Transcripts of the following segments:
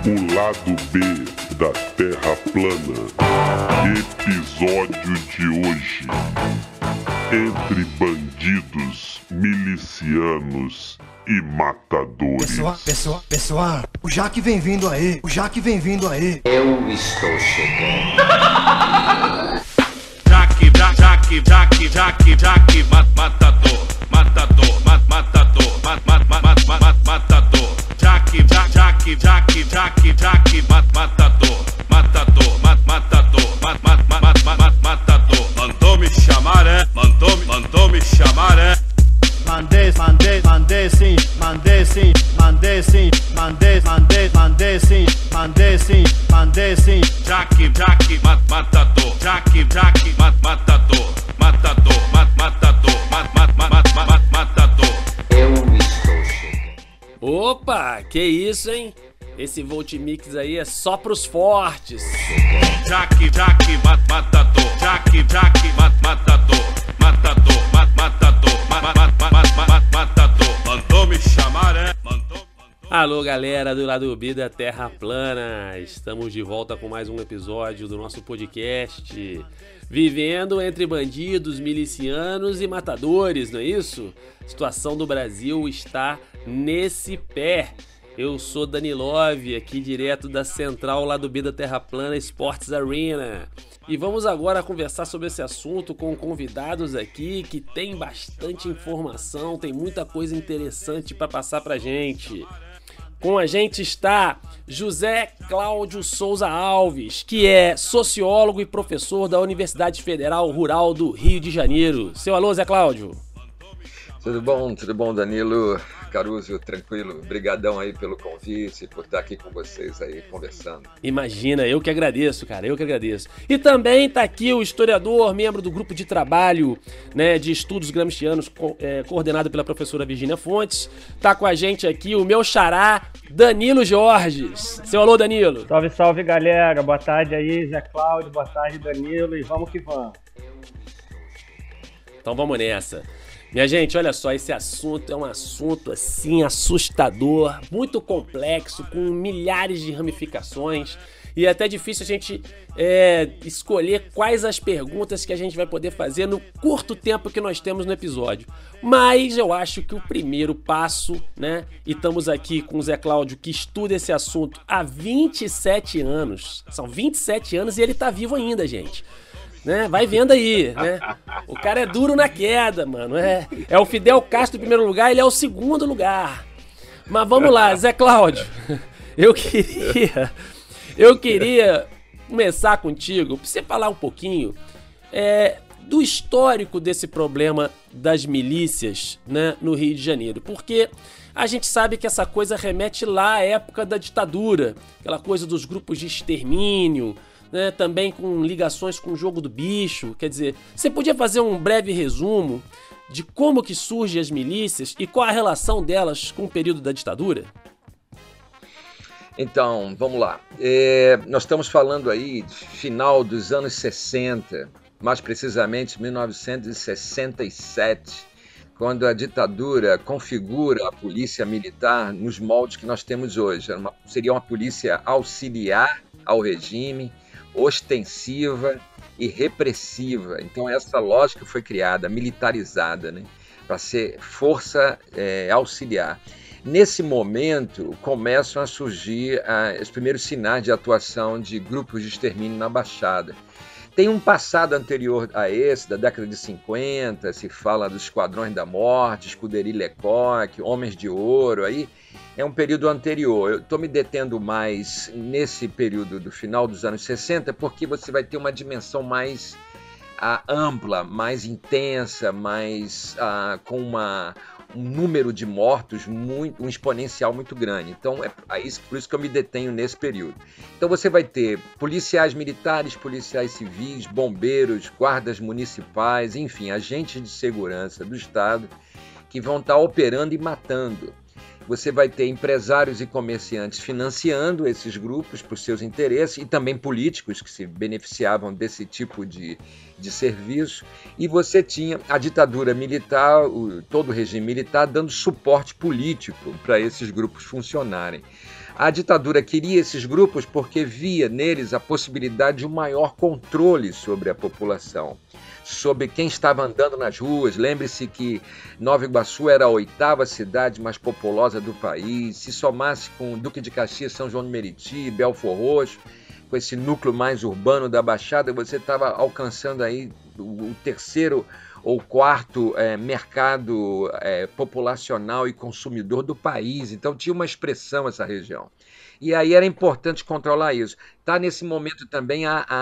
O lado B da Terra Plana. Episódio de hoje. Entre bandidos, milicianos e matadores. Pessoal, o Jaque vem vindo aí. Eu estou chegando. Jaque, matador. Jaque, matador. Mandou me chamar, é? Mandou me chamar, é? Mandei sim. Jaque, matador. Jaque, matador. Matador. Eu estou chegando. Opa, que isso, hein? Esse Voltimix aí é só pros fortes. Jaque, matador. Jaque, matador. Matador. Mandou me chamar, é? Alô, galera do Lado B da Terra Plana. Estamos de volta com mais um episódio do nosso podcast. Vivendo entre bandidos, milicianos e matadores, não é isso? A situação do Brasil está nesse pé. Eu sou Dani Love, aqui direto da Central Lado B da Terra Plana Sports Arena. E vamos agora conversar sobre esse assunto com convidados aqui que tem bastante informação, tem muita coisa interessante para passar pra gente. Com a gente está José Cláudio Souza Alves, que é sociólogo e professor da Universidade Federal Rural do Rio de Janeiro. Seu alô, Zé Cláudio. Tudo bom, Danilo Caruso, tranquilo? Obrigadão aí pelo convite, por estar aqui com vocês aí conversando. Imagina, eu que agradeço, cara, E também tá aqui o historiador, membro do grupo de trabalho, né, de estudos gramscianos, coordenado pela professora Virgínia Fontes. Tá com a gente aqui o meu xará, Danilo Jorges. Seu alô, Danilo. Salve, galera. Boa tarde aí, Zé Cláudio. Boa tarde, Danilo. E vamos que vamos. Então vamos nessa. Minha gente, olha só, esse assunto é um assunto assim assustador, muito complexo, com milhares de ramificações e é até difícil a gente escolher quais as perguntas que a gente vai poder fazer no curto tempo que nós temos no episódio. Mas eu acho que o primeiro passo, né, e estamos aqui com o Zé Cláudio que estuda esse assunto há 27 anos, são 27 anos e ele tá vivo ainda, gente. Né? Vai vendo aí, né? O cara é duro na queda, mano. É o Fidel Castro em primeiro lugar, ele é o segundo lugar. Mas vamos lá, Zé Cláudio. Eu queria começar contigo, pra você falar um pouquinho do histórico desse problema das milícias, né, no Rio de Janeiro. Porque a gente sabe que essa coisa remete lá à época da ditadura, aquela coisa dos grupos de extermínio, né, também com ligações com o jogo do bicho. Quer dizer, você podia fazer um breve resumo de como que surgem as milícias e qual a relação delas com o período da ditadura? Então, vamos lá. Nós estamos falando aí de final dos anos 60, mais precisamente 1967, quando a ditadura configura a polícia militar nos moldes que nós temos hoje. Seria uma polícia auxiliar ao regime, ostensiva e repressiva. Então essa lógica foi criada, militarizada, né, para ser força auxiliar. Nesse momento começam a surgir os primeiros sinais de atuação de grupos de extermínio na Baixada. Tem um passado anterior a esse, da década de 50, se fala dos Esquadrões da Morte, Escuderie Lecoq, Homens de Ouro, aí é um período anterior. Eu estou me detendo mais nesse período do final dos anos 60, porque você vai ter uma dimensão mais ampla, mais intensa, mais com um número de mortos, um exponencial muito grande. Então, por isso que eu me detenho nesse período. Então, você vai ter policiais militares, policiais civis, bombeiros, guardas municipais, enfim, agentes de segurança do Estado que vão estar operando e matando. Você vai ter empresários e comerciantes financiando esses grupos por seus interesses e também políticos que se beneficiavam desse tipo de serviço. E você tinha a ditadura militar, todo o regime militar, dando suporte político para esses grupos funcionarem. A ditadura queria esses grupos porque via neles a possibilidade de um maior controle sobre a população, sobre quem estava andando nas ruas. Lembre-se que Nova Iguaçu era a 8ª cidade mais populosa do país. Se somasse com Duque de Caxias, São João de Meriti, Belfor Roxo, com esse núcleo mais urbano da Baixada, você estava alcançando aí o 3º ou 4º mercado populacional e consumidor do país. Então tinha uma expressão essa região. E aí era importante controlar isso. Está nesse momento também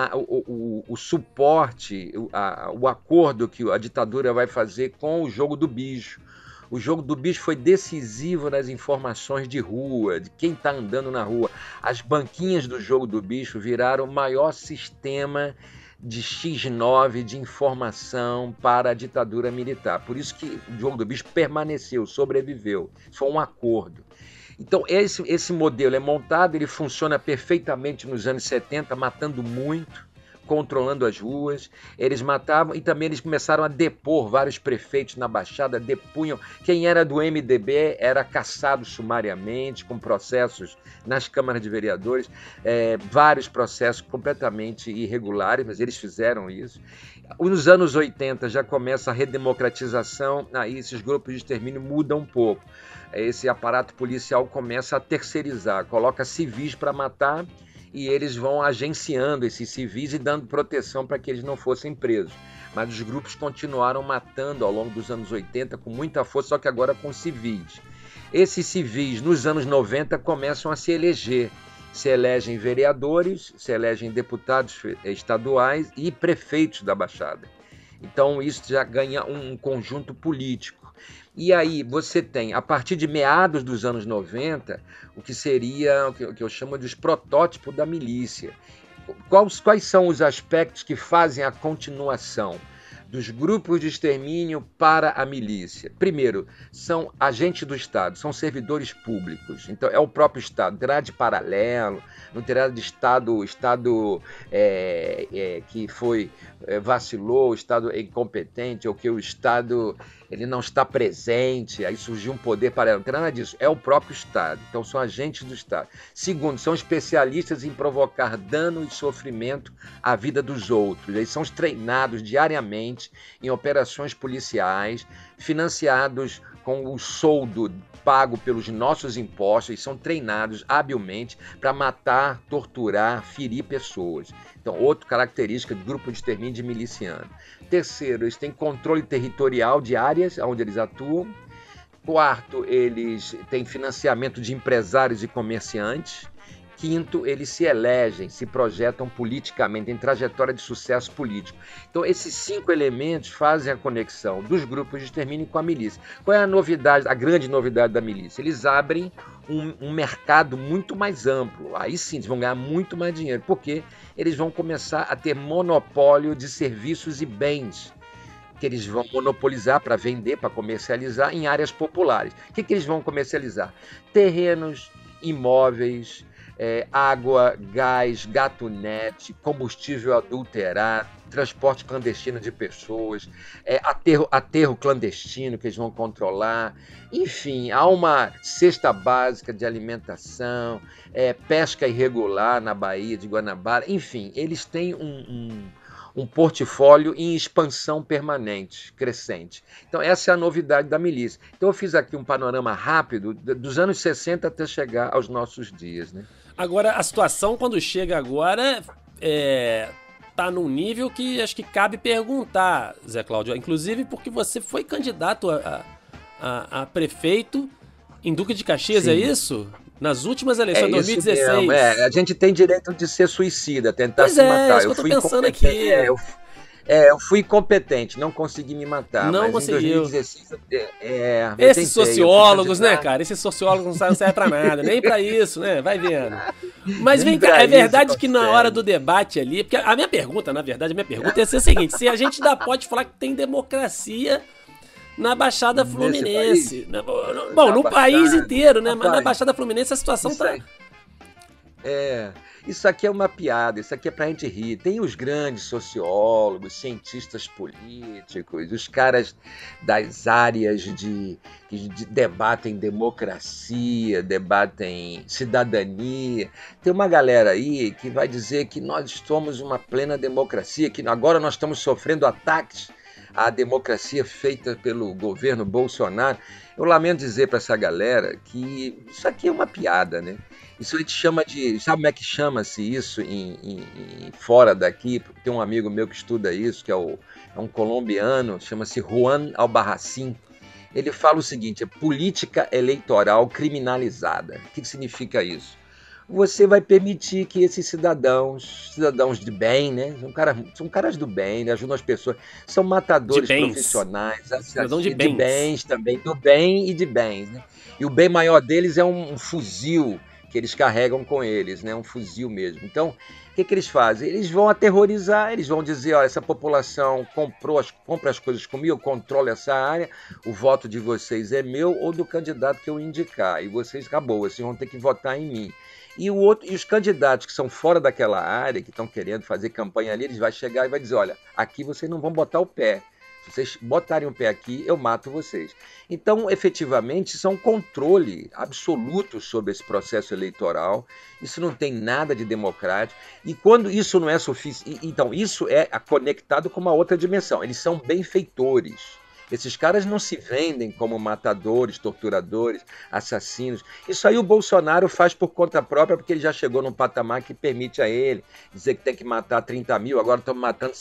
o suporte, o acordo que a ditadura vai fazer com o jogo do bicho. O jogo do bicho foi decisivo nas informações de rua, de quem está andando na rua. As banquinhas do jogo do bicho viraram o maior sistema de X9 de informação para a ditadura militar. Por isso que o jogo do bicho permaneceu, sobreviveu. Foi um acordo. Então esse modelo é montado, ele funciona perfeitamente nos anos 70, matando muito, controlando as ruas. Eles matavam e também eles começaram a depor vários prefeitos na Baixada, depunham. Quem era do MDB era caçado sumariamente, com processos nas câmaras de vereadores, vários processos completamente irregulares, mas eles fizeram isso. Nos anos 80 já começa a redemocratização, aí esses grupos de extermínio mudam um pouco. Esse aparato policial começa a terceirizar, coloca civis para matar e eles vão agenciando esses civis e dando proteção para que eles não fossem presos. Mas os grupos continuaram matando ao longo dos anos 80 com muita força, só que agora com civis. Esses civis, nos anos 90, começam a se eleger. Se elegem vereadores, se elegem deputados estaduais e prefeitos da Baixada. Então isso já ganha um conjunto político. E aí você tem, a partir de meados dos anos 90, o que seria, o que eu chamo de os protótipos da milícia. Quais são os aspectos que fazem a continuação dos grupos de extermínio para a milícia? Primeiro, são agentes do Estado, são servidores públicos. Então, é o próprio Estado, não terá de paralelo, não terá de Estado que vacilou, o Estado incompetente, ou que o Estado ele não está presente, aí surgiu um poder paralelo. Não tem nada disso, é o próprio Estado. Então, são agentes do Estado. Segundo, são especialistas em provocar dano e sofrimento à vida dos outros. Eles são treinados diariamente em operações policiais, financiados com o soldo pago pelos nossos impostos, e são treinados habilmente para matar, torturar, ferir pessoas. Então, outra característica do grupo de extermínio de miliciano. Terceiro, eles têm controle territorial de áreas onde eles atuam. Quarto, eles têm financiamento de empresários e comerciantes. Quinto, eles se elegem, se projetam politicamente, em trajetória de sucesso político. Então, esses 5 elementos fazem a conexão dos grupos de extermínio com a milícia. Qual é a novidade, a grande novidade da milícia? Eles abrem um mercado muito mais amplo. Aí sim, eles vão ganhar muito mais dinheiro, porque eles vão começar a ter monopólio de serviços e bens, que eles vão monopolizar para vender, para comercializar em áreas populares. O que eles vão comercializar? Terrenos, imóveis, água, gás, gatunete, combustível adulterado, transporte clandestino de pessoas, aterro clandestino que eles vão controlar. Enfim, há uma cesta básica de alimentação, pesca irregular na Baía de Guanabara. Enfim, eles têm um portfólio em expansão permanente, crescente. Então, essa é a novidade da milícia. Então, eu fiz aqui um panorama rápido dos anos 60 até chegar aos nossos dias, né? Agora, a situação, quando chega agora, tá num nível que acho que cabe perguntar, Zé Cláudio. Inclusive porque você foi candidato a prefeito em Duque de Caxias, Sim. É isso? Nas últimas eleições, 2016. Mesmo, a gente tem direito de ser suicida, tentar se matar. É isso que eu tô pensando aqui. Eu fui incompetente, não consegui me matar. Não mas conseguiu. Em 2016, esses sociólogos, né, cara? Esses sociólogos não servem pra nada, nem pra isso, né? Vai vendo. Mas vem cá, é verdade que na hora do debate ali, porque a minha pergunta é ser a seguinte: se a gente ainda pode falar que tem democracia na Baixada Fluminense. Bom, no país inteiro, né? Mas na Baixada Fluminense a situação tá... Isso aqui é uma piada, isso aqui é pra gente rir. Tem os grandes sociólogos, cientistas políticos, os caras das áreas que debatem democracia, debatem cidadania. Tem uma galera aí que vai dizer que nós somos uma plena democracia, que agora nós estamos sofrendo ataques à democracia feita pelo governo Bolsonaro. Eu lamento dizer para essa galera que isso aqui é uma piada, né? Isso a gente chama de... Sabe como é que chama-se isso fora daqui? Tem um amigo meu que estuda isso, que é um colombiano, chama-se Juan Albarracín. Ele fala o seguinte, é política eleitoral criminalizada. O que significa isso? Você vai permitir que esses cidadãos de bem, né? São caras do bem, né? Ajudam as pessoas, são matadores profissionais, assassinos de bens também, do bem e de bens, né? E o bem maior deles é um fuzil que eles carregam com eles, né? Um fuzil mesmo. Então, o que eles fazem? Eles vão aterrorizar, eles vão dizer, olha, essa população compra as coisas comigo, eu controlo essa área, o voto de vocês é meu ou do candidato que eu indicar, e vocês, acabou, vocês vão ter que votar em mim. E os candidatos que são fora daquela área, que estão querendo fazer campanha ali, eles vão chegar e vai dizer, olha, aqui vocês não vão botar o pé. Se vocês botarem o pé aqui, eu mato vocês. Então, efetivamente, isso é um controle absoluto sobre esse processo eleitoral. Isso não tem nada de democrático. E quando isso não é suficiente... Então, isso é conectado com uma outra dimensão. Eles são benfeitores. Esses caras não se vendem como matadores, torturadores, assassinos. Isso aí o Bolsonaro faz por conta própria, porque ele já chegou num patamar que permite a ele dizer que tem que matar 30 mil, agora estamos matando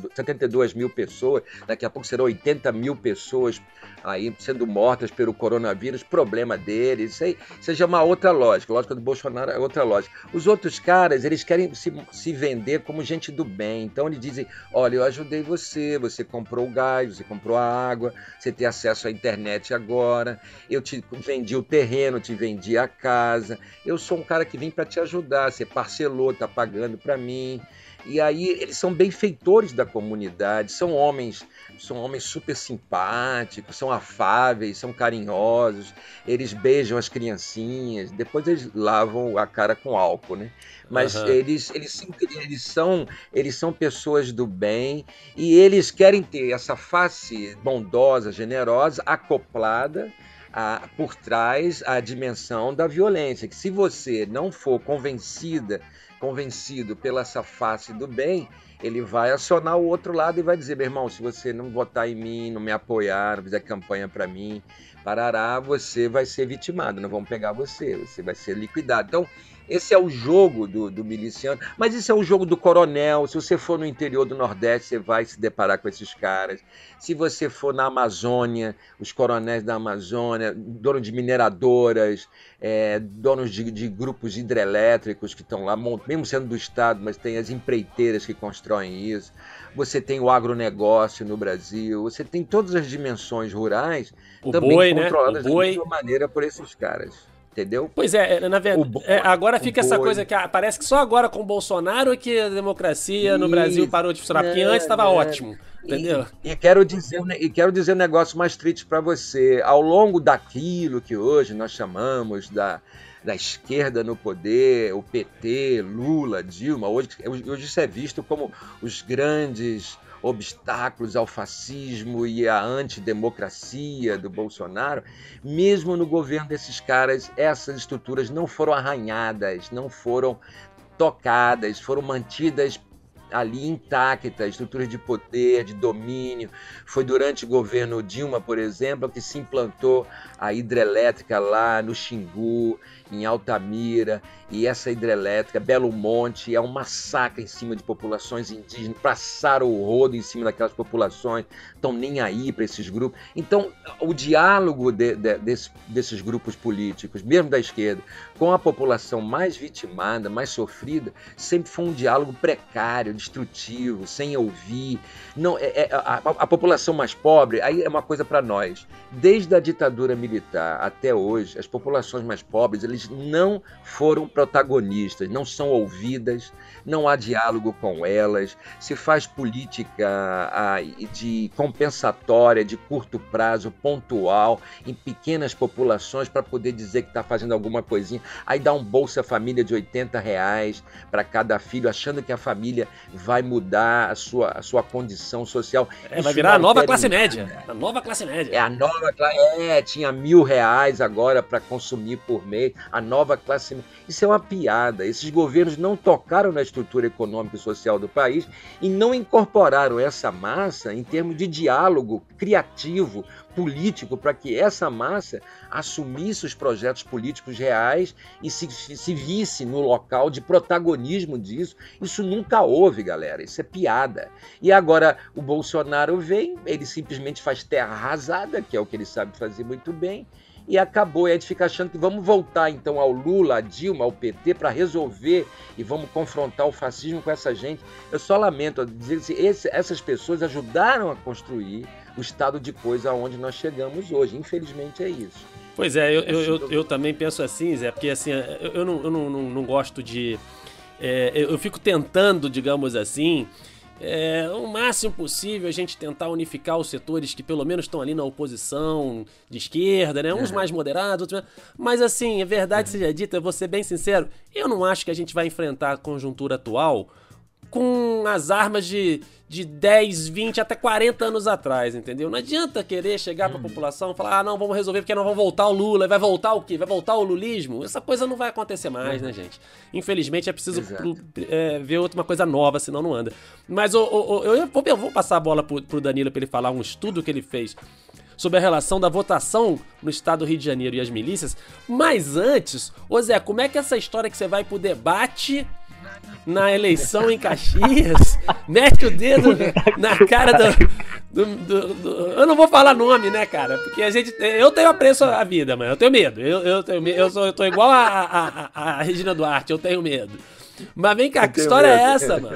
72 mil pessoas, daqui a pouco serão 80 mil pessoas aí sendo mortas pelo coronavírus, problema deles. Isso aí seja uma outra lógica. A lógica do Bolsonaro é outra lógica. Os outros caras, eles querem se vender como gente do bem. Então eles dizem, olha, eu ajudei você comprou o gás, você comprou a água, você tem acesso à internet agora, eu te vendi o terreno, te vendi a casa, eu sou um cara que vim para te ajudar, você parcelou, tá pagando para mim. E aí eles são benfeitores da comunidade, são homens super simpáticos, são afáveis, são carinhosos, eles beijam as criancinhas, depois eles lavam a cara com álcool, né? Mas eles são pessoas do bem e eles querem ter essa face bondosa, generosa, acoplada por trás a dimensão da violência, que se você não for convencido pela essa face do bem, ele vai acionar o outro lado e vai dizer, meu irmão, se você não votar em mim, não me apoiar, não fizer campanha para mim, parará, você vai ser vitimado, não vão pegar você vai ser liquidado. Então, esse é o jogo do miliciano, mas esse é o jogo do coronel. Se você for no interior do Nordeste, você vai se deparar com esses caras. Se você for na Amazônia, os coronéis da Amazônia, donos de mineradoras, donos de grupos hidrelétricos que estão lá, mesmo sendo do Estado, mas tem as empreiteiras que constroem isso. Você tem o agronegócio no Brasil, você tem todas as dimensões rurais também controladas da mesma maneira por esses caras. Entendeu? Pois na verdade, agora fica essa coisa que parece que só agora com o Bolsonaro que a democracia no Brasil parou de funcionar, porque antes estava ótimo, entendeu? E quero dizer um negócio mais triste para você. Ao longo daquilo que hoje nós chamamos da esquerda no poder, o PT, Lula, Dilma, hoje isso é visto como os grandes obstáculos ao fascismo e à antidemocracia do Bolsonaro, mesmo no governo desses caras, essas estruturas não foram arranhadas, não foram tocadas, foram mantidas ali intactas, estruturas de poder, de domínio. Foi durante o governo Dilma, por exemplo, que se implantou a hidrelétrica lá no Xingu, em Altamira, e essa hidrelétrica, Belo Monte, é um massacre em cima de populações indígenas, passaram o rodo em cima daquelas populações, estão nem aí para esses grupos. Então, o diálogo desses grupos políticos, mesmo da esquerda, com a população mais vitimada, mais sofrida, sempre foi um diálogo precário, destrutivo, sem ouvir. Não, a população mais pobre, aí é uma coisa para nós. Desde a ditadura militar até hoje, as populações mais pobres, eles não foram protagonistas, não são ouvidas, não há diálogo com elas, se faz política de compensatória, de curto prazo, pontual, em pequenas populações para poder dizer que está fazendo alguma coisinha. Aí dá um Bolsa Família de R$80 para cada filho, achando que a família vai mudar a sua condição social. Vai virar a nova classe média. A nova classe média. Tinha R$1.000 agora para consumir por mês. A nova classe média. Isso é uma piada. Esses governos não tocaram na estrutura econômica e social do país e não incorporaram essa massa em termos de diálogo criativo, político, para que essa massa assumisse os projetos políticos reais e se visse no local de protagonismo disso. Isso nunca houve, galera. Isso é piada. E agora o Bolsonaro vem, ele simplesmente faz terra arrasada, que é o que ele sabe fazer muito bem, e acabou. E a gente fica achando que vamos voltar então ao Lula, a Dilma, ao PT para resolver e vamos confrontar o fascismo com essa gente. Eu só lamento dizer que essas pessoas ajudaram a construir o estado de coisa onde nós chegamos hoje. Infelizmente é isso. Pois é, eu também penso assim, Zé, porque assim, eu não gosto de... eu fico tentando, digamos assim, o máximo possível a gente tentar unificar os setores que pelo menos estão ali na oposição de esquerda, né? Uns mais moderados, outros mais... Mas assim, a verdade seja dita, eu vou ser bem sincero, eu não acho que a gente vai enfrentar a conjuntura atual com as armas de 10, 20, até 40 anos atrás, entendeu? Não adianta querer chegar pra população e falar, não, vamos resolver porque não vão voltar o Lula. Vai voltar o quê? Vai voltar o lulismo? Essa coisa não vai acontecer mais, né, gente? Infelizmente é preciso ver outra coisa nova, senão não anda. Mas eu vou passar a bola pro Danilo pra ele falar um estudo que ele fez sobre a relação da votação no estado do Rio de Janeiro e as milícias. Mas antes, ô Zé, como é que essa história que você vai pro debate na eleição em Caxias, mete o dedo na cara do eu não vou falar nome, né, cara? Porque eu tenho apreço à vida, mano. Eu tenho medo. Eu tô igual a Regina Duarte, eu tenho medo. Mas vem cá, que história é essa, mano?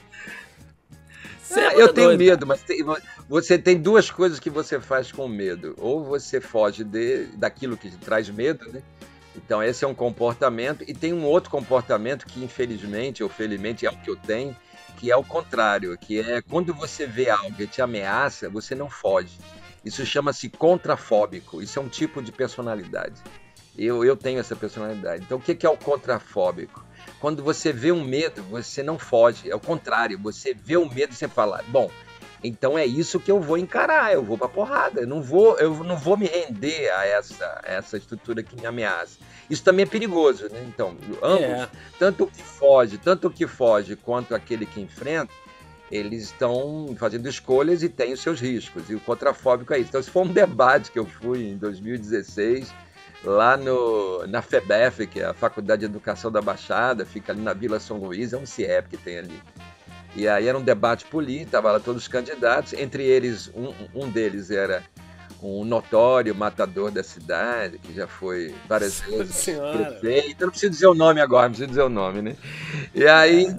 Eu tenho medo, mas você tem duas coisas que você faz com medo. Ou você foge daquilo que te traz medo, né? Então esse é um comportamento, e tem um outro comportamento que infelizmente ou felizmente é o que eu tenho, que é o contrário, que é quando você vê algo que te ameaça, você não foge. Isso chama-se contrafóbico, isso é um tipo de personalidade. Eu tenho essa personalidade. Então o que é o contrafóbico? Quando você vê um medo, você não foge, é o contrário, você vê o medo e você fala, bom, então é isso que eu vou encarar, eu vou pra porrada, eu não vou me render a essa estrutura que me ameaça. Isso também é perigoso, né? Então, ambos, tanto o que foge quanto aquele que enfrenta, eles estão fazendo escolhas e têm os seus riscos, e o contrafóbico é isso. Então, esse foi um debate que eu fui em 2016, lá na FEBEF, que é a Faculdade de Educação da Baixada, fica ali na Vila São Luís, é um CIEP que tem ali. E aí era um debate político, estavam lá todos os candidatos, entre eles, um deles era um notório matador da cidade, que já foi várias vezes prefeito. Eu não preciso dizer o nome agora, não preciso dizer o nome, né? E aí,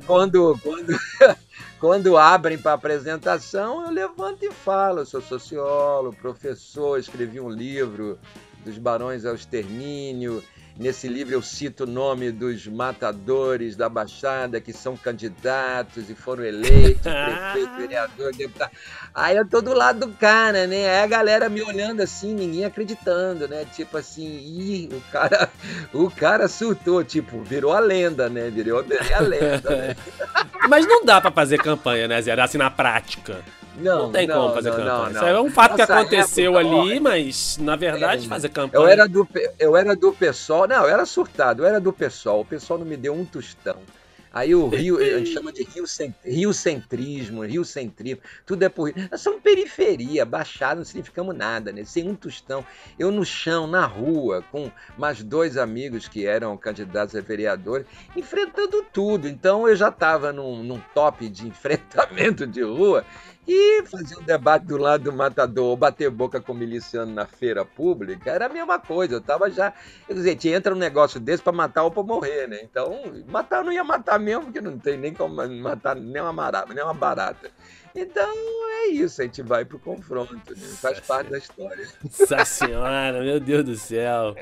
quando abrem para a apresentação, eu levanto e falo, eu sou sociólogo, professor, escrevi um livro dos Barões ao Extermínio. Nesse livro eu cito o nome dos matadores da Baixada que são candidatos e foram eleitos, prefeito, vereador, deputado. Aí eu tô do lado do cara, né? Aí a galera me olhando assim, ninguém acreditando, né? Tipo assim, o cara surtou, tipo, virou a lenda, né? Virou a lenda, né? Mas não dá pra fazer campanha, né, Zé? Assim, na prática. Não tem como fazer campanha. Isso é um fato que aconteceu ali, mas, na verdade, fazer campanha... Eu era do PSOL, não, eu era surtado, eu era do PSOL, o PSOL não me deu um tostão. Aí o Rio, a gente chama de riocentrismo, tudo é por Rio. Nós somos periferia, Baixada, não significamos nada, né? Sem um tostão. Eu no chão, na rua, com mais 2 amigos que eram candidatos a vereadores, enfrentando tudo. Então eu já estava num top de enfrentamento de rua, E fazer um debate do lado do matador, ou bater boca com o miliciano na feira pública, era a mesma coisa. Eu tava já. Quer dizer, te entra um negócio desse pra matar ou pra morrer, né? Então, matar não ia matar mesmo, porque não tem nem como matar nem uma barata. Então, é isso, a gente vai pro confronto, né? Faz parte da história. Nossa senhora, meu Deus do céu.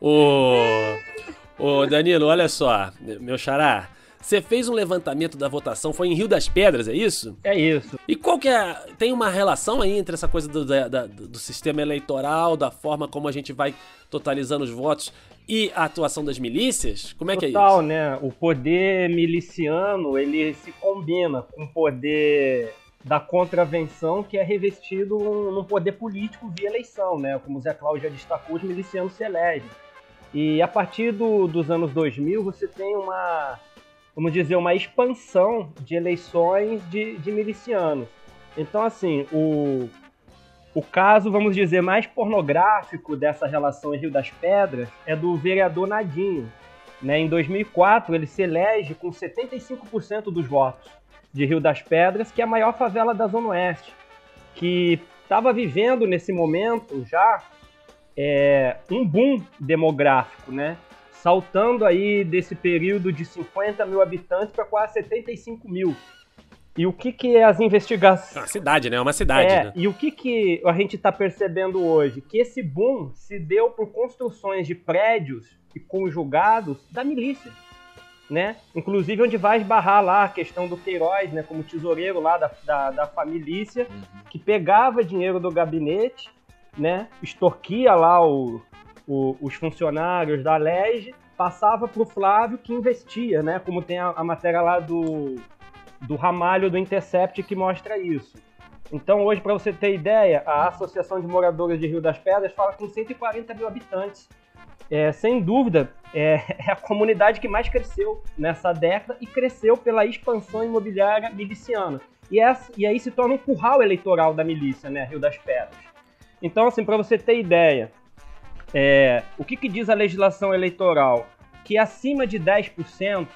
Ô, Danilo, olha só, meu xará. Você fez um levantamento da votação, foi em Rio das Pedras, é isso? É isso. E qual que é... Tem uma relação aí entre essa coisa do sistema eleitoral, da forma como a gente vai totalizando os votos e a atuação das milícias? Como é que é isso? Total, né? O poder miliciano, ele se combina com o poder da contravenção, que é revestido num poder político via eleição, né? Como o Zé Cláudio já destacou, os milicianos se elegem. E a partir dos anos 2000, você tem vamos dizer, uma expansão de eleições de milicianos. Então, assim, o caso, vamos dizer, mais pornográfico dessa relação em Rio das Pedras é do vereador Nadinho. Né? Em 2004, ele se elege com 75% dos votos de Rio das Pedras, que é a maior favela da Zona Oeste, que estava vivendo, nesse momento, já um boom demográfico, né? Saltando aí desse período de 50 mil habitantes para quase 75 mil. E o que as investigações... É uma cidade, né? É uma cidade, né? E o que a gente está percebendo hoje? Que esse boom se deu por construções de prédios e conjugados da milícia, né? Inclusive onde vai esbarrar lá a questão do Queiroz, né? Como tesoureiro lá da família, que pegava dinheiro do gabinete, né? Extorquia lá os funcionários da LERJ, passava para o Flávio, que investia, né? Como tem a matéria lá do Ramalho do Intercept que mostra isso. Então hoje, para você ter ideia, a Associação de Moradores de Rio das Pedras fala com 140 mil habitantes. Sem dúvida, é a comunidade que mais cresceu nessa década e cresceu pela expansão imobiliária miliciana. E aí se torna um curral eleitoral da milícia, né? Rio das Pedras. Então, assim, para você ter ideia, o que diz a legislação eleitoral? Que acima de 10%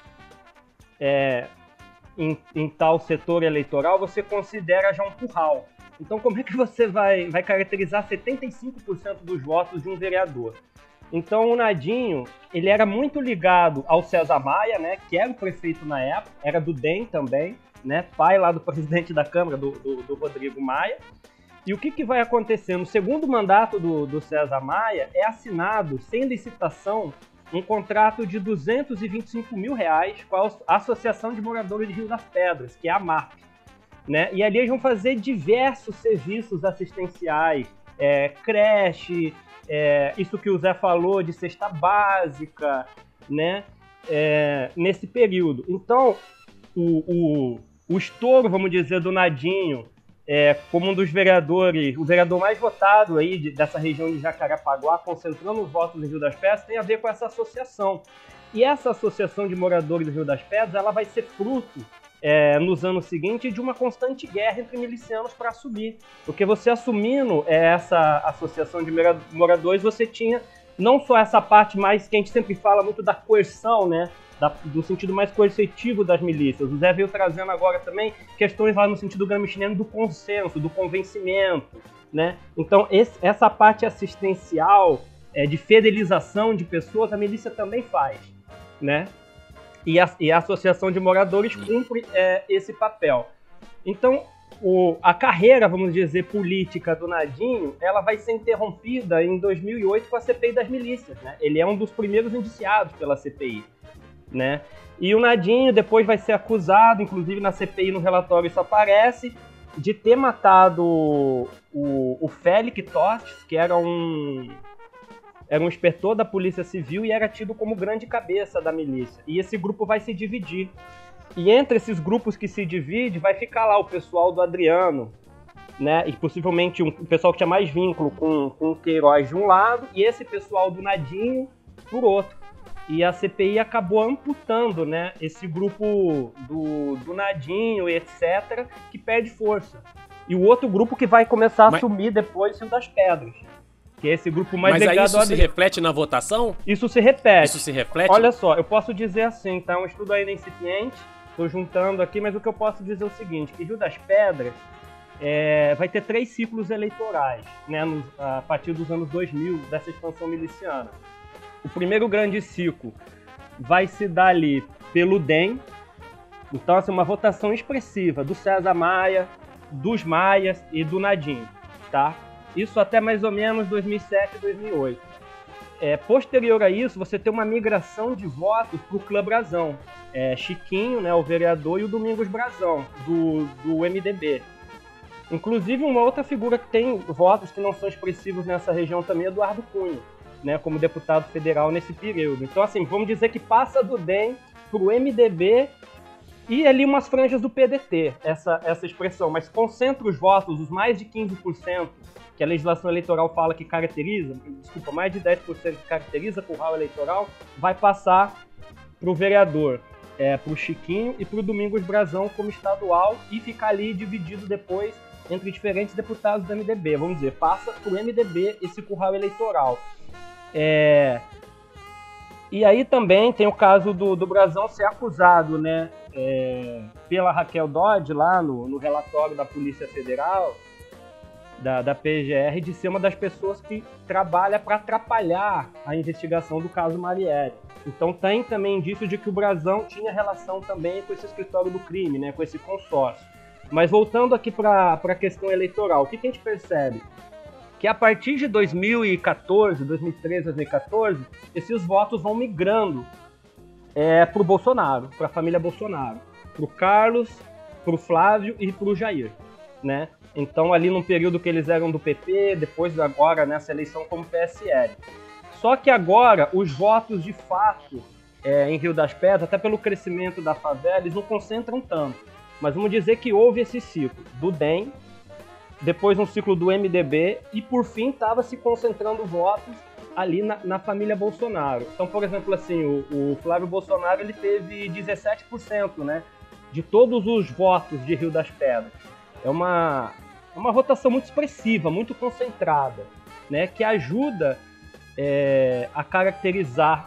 em tal setor eleitoral, você considera já um curral. Então, como é que você vai caracterizar 75% dos votos de um vereador? Então, o Nadinho, ele era muito ligado ao César Maia, né, que era o prefeito na época, era do DEM também, né, pai lá do presidente da Câmara, do Rodrigo Maia. E o que vai acontecer? No segundo mandato do César Maia, é assinado, sem licitação, um contrato de R$225 mil com a Associação de Moradores de Rio das Pedras, que é a MAP. Né? E ali eles vão fazer diversos serviços assistenciais, creche, isso que o Zé falou de cesta básica, né? Nesse período. Então, o estouro, vamos dizer, do Nadinho, como um dos vereadores, o vereador mais votado aí dessa região de Jacarepaguá, concentrando os votos em Rio das Pedras, tem a ver com essa associação. E essa associação de moradores do Rio das Pedras, ela vai ser fruto, nos anos seguintes, de uma constante guerra entre milicianos para assumir. Porque você assumindo essa associação de moradores, você tinha não só essa parte mais que a gente sempre fala muito da coerção, né? Do sentido mais coercitivo das milícias. O Zé veio trazendo agora também questões lá no sentido gramsciano do consenso, do convencimento, né? Então, essa parte assistencial, de fidelização de pessoas, a milícia também faz, né? E a Associação de Moradores cumpre esse papel. Então, a carreira, vamos dizer, política do Nadinho, ela vai ser interrompida em 2008 com a CPI das milícias, né? Ele é um dos primeiros indiciados pela CPI. Né? E o Nadinho depois vai ser acusado, inclusive na CPI, no relatório isso aparece, de ter matado o Félix Tostes, que era um inspetor da Polícia Civil e era tido como grande cabeça da milícia. E esse grupo vai se dividir. E entre esses grupos que se dividem, vai ficar lá o pessoal do Adriano, né? E possivelmente o pessoal que tinha mais vínculo com o Queiroz de um lado, e esse pessoal do Nadinho por outro. E a CPI acabou amputando, né, esse grupo do Nadinho, etc., que perde força. E o outro grupo que vai começar a assumir depois Rio das Pedras. Que é esse grupo mais ligado ao... Mas aí isso se reflete na votação? Isso se repete. Isso se reflete? Olha só, eu posso dizer assim, tá? Um estudo ainda incipiente, estou juntando aqui, mas o que eu posso dizer é o seguinte, que Rio das Pedras vai ter 3 ciclos eleitorais, né, a partir dos anos 2000, dessa expansão miliciana. O primeiro grande ciclo vai se dar ali pelo DEM, então assim, uma votação expressiva do César Maia, dos Maias e do Nadim, tá? Isso até mais ou menos 2007, 2008. Posterior a isso, você tem uma migração de votos para o Clã Brazão. Chiquinho, né, o vereador, e o Domingos Brazão, do MDB. Inclusive, uma outra figura que tem votos que não são expressivos nessa região também é Eduardo Cunha, né, como deputado federal nesse período. Então, assim, vamos dizer que passa do DEM para o MDB e ali umas franjas do PDT, essa expressão, mas concentra os votos, os mais de 15%, que a legislação eleitoral fala que caracteriza, mais de 10% que caracteriza curral eleitoral, vai passar para o vereador, para o Chiquinho e para o Domingos Brazão como estadual e ficar ali dividido depois entre diferentes deputados do MDB. Vamos dizer, passa para o MDB esse curral eleitoral. E aí também tem o caso do Brazão ser acusado, né, pela Raquel Dodge, lá no relatório da Polícia Federal, da PGR, de ser uma das pessoas que trabalha para atrapalhar a investigação do caso Marielle. Então tem também indício de que o Brazão tinha relação também com esse escritório do crime, né, com esse consórcio. Mas voltando aqui para a questão eleitoral, o que a gente percebe? Que a partir de 2014, 2013, 2014, esses votos vão migrando para o Bolsonaro, para a família Bolsonaro, para o Carlos, para o Flávio e para o Jair, né? Então ali num período que eles eram do PP, depois agora nessa eleição como PSL. Só que agora os votos de fato em Rio das Pedras, até pelo crescimento da favela, eles não concentram tanto. Mas vamos dizer que houve esse ciclo do DEM, depois um ciclo do MDB e por fim estava se concentrando votos ali na família Bolsonaro. Então, por exemplo, assim, o Flávio Bolsonaro ele teve 17%, né, de todos os votos de Rio das Pedras. É uma votação muito expressiva, muito concentrada, né, que ajuda a caracterizar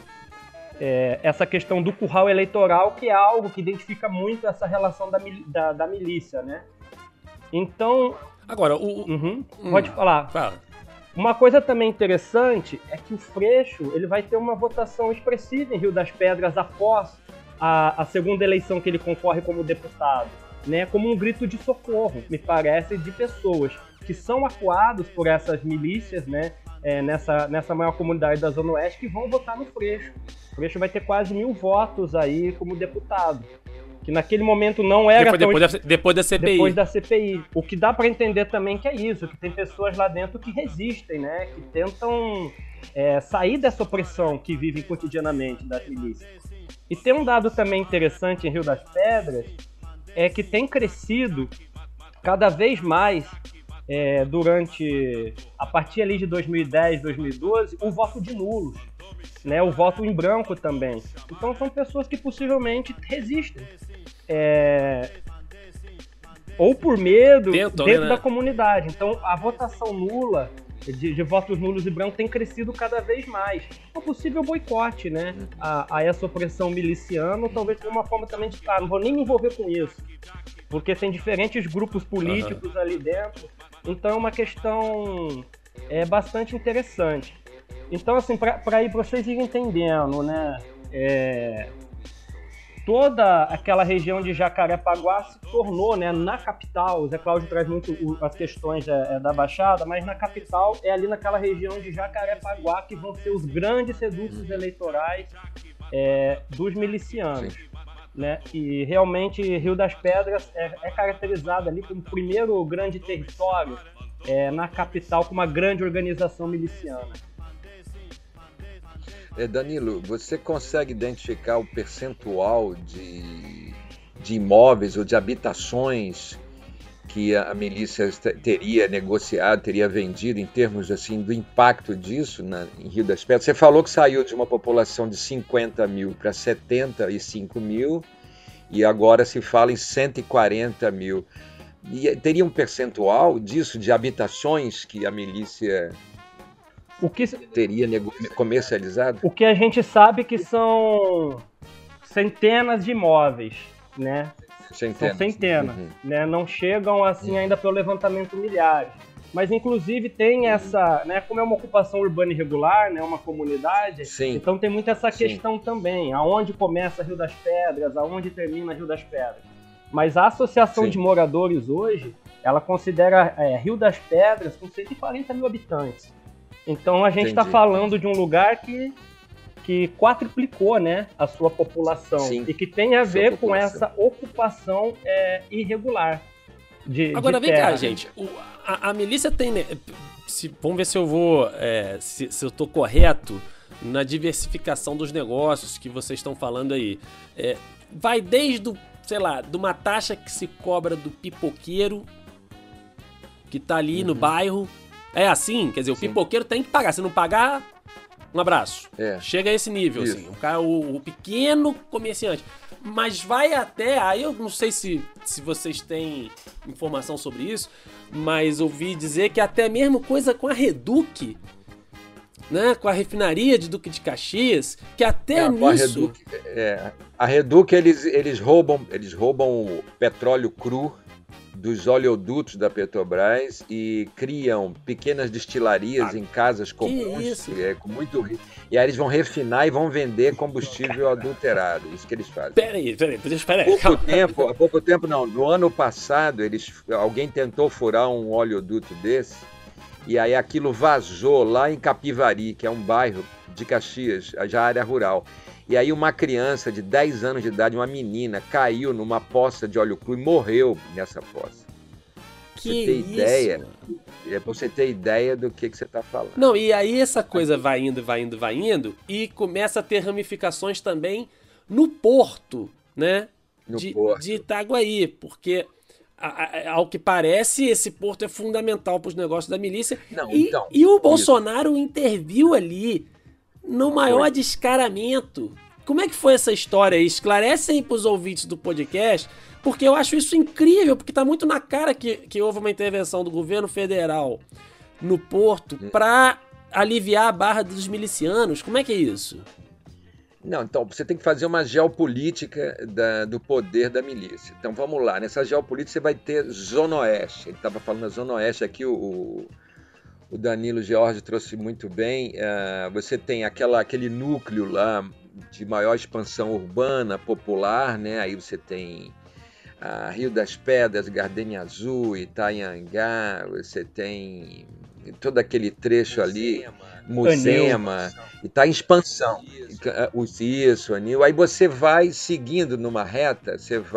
essa questão do curral eleitoral, que é algo que identifica muito essa relação da milícia, né? Então... Agora, pode falar. Fala. Uma coisa também interessante é que o Freixo ele vai ter uma votação expressiva em Rio das Pedras após a segunda eleição que ele concorre como deputado, né? Como um grito de socorro, me parece, de pessoas que são acuados por essas milícias, né? Nessa maior comunidade da Zona Oeste, que vão votar no Freixo. O Freixo vai ter quase 1.000 votos aí como deputado, que naquele momento não era depois da CPI. Depois da CPI. O que dá para entender também que é isso, que tem pessoas lá dentro que resistem, né? Que tentam sair dessa opressão que vivem cotidianamente das milícias. E tem um dado também interessante em Rio das Pedras, é que tem crescido cada vez mais a partir ali de 2010, 2012, o voto de nulos, né? O voto em branco também. Então são pessoas que possivelmente resistem. Ou por medo dentro da comunidade. Então a votação nula, de votos nulos e brancos, tem crescido cada vez mais. É um possível boicote, né, a essa opressão miliciana, ou talvez de uma forma também de, não vou nem me envolver com isso, porque tem diferentes grupos políticos ali dentro. Então é uma questão bastante interessante. Então, assim, para vocês irem entendendo, né, toda aquela região de Jacarepaguá se tornou, né, na capital. O Zé Cláudio traz muito as questões da Baixada, mas na capital é ali naquela região de Jacarepaguá que vão ser os grandes redutos eleitorais dos milicianos. Né? E realmente Rio das Pedras é caracterizado ali como o primeiro grande território na capital com uma grande organização miliciana. Danilo, você consegue identificar o percentual de imóveis ou de habitações que a milícia teria negociado, teria vendido, em termos assim, do impacto disso em Rio das Pedras? Você falou que saiu de uma população de 50 mil para 75 mil e agora se fala em 140 mil. E teria um percentual disso, de habitações que a milícia teria comercializado? O que a gente sabe que são centenas de imóveis, né? São centenas, né? Não chegam assim ainda pelo levantamento milhares. Mas inclusive tem essa, né? Como é uma ocupação urbana irregular, né? Uma comunidade, então tem muito essa questão também. Aonde começa Rio das Pedras, aonde termina Rio das Pedras. Mas a associação de moradores hoje, ela considera Rio das Pedras com 140 mil habitantes. Então a gente está falando de um lugar que quadruplicou, né, a sua população e que tem a ver com essa ocupação irregular Agora de vem terra. cá, gente. A milícia tem... vamos ver se eu vou... se eu tô correto na diversificação dos negócios que vocês estão falando aí. Vai desde, sei lá, de uma taxa que se cobra do pipoqueiro que tá ali no bairro. É assim? Quer dizer, o pipoqueiro tem que pagar. Se não pagar, um abraço. Chega a esse nível, assim. O pequeno comerciante. Mas vai até... Aí eu não sei se vocês têm informação sobre isso, mas ouvi dizer que até mesmo coisa com a Reduc, né? Com a refinaria de Duque de Caxias, que até nisso... A Reduc, eles roubam o petróleo cru dos oleodutos da Petrobras e criam pequenas destilarias em casas comuns, com muito risco. E aí eles vão refinar e vão vender combustível adulterado. Isso que eles fazem. Peraí. Há pouco tempo não. No ano passado, alguém tentou furar um oleoduto desse e aí aquilo vazou lá em Capivari, que é um bairro de Caxias, já área rural. E aí uma criança de 10 anos de idade, uma menina, caiu numa poça de óleo cru e morreu nessa poça. Pra você ter ideia do que você está falando. Não, e aí essa coisa vai indo e começa a ter ramificações também no porto, né? De Itaguaí, porque ao que parece esse porto é fundamental para os negócios da milícia. E o Bolsonaro interviu ali no maior descaramento. Como é que foi essa história aí? Esclarecem para os ouvintes do podcast, porque eu acho isso incrível, porque tá muito na cara que houve uma intervenção do governo federal no porto para aliviar a barra dos milicianos. Como é que é isso? Não, então, você tem que fazer uma geopolítica do poder da milícia. Então, vamos lá. Nessa geopolítica você vai ter Zona Oeste. Ele estava falando da Zona Oeste aqui, o Danilo George trouxe muito bem. Você tem aquele núcleo lá de maior expansão urbana, popular, né? Aí você tem Rio das Pedras, Gardenia Azul, Itanhangá, você tem todo aquele trecho ali, Muzema, e está em expansão. Isso, Anil. Aí você vai seguindo numa reta,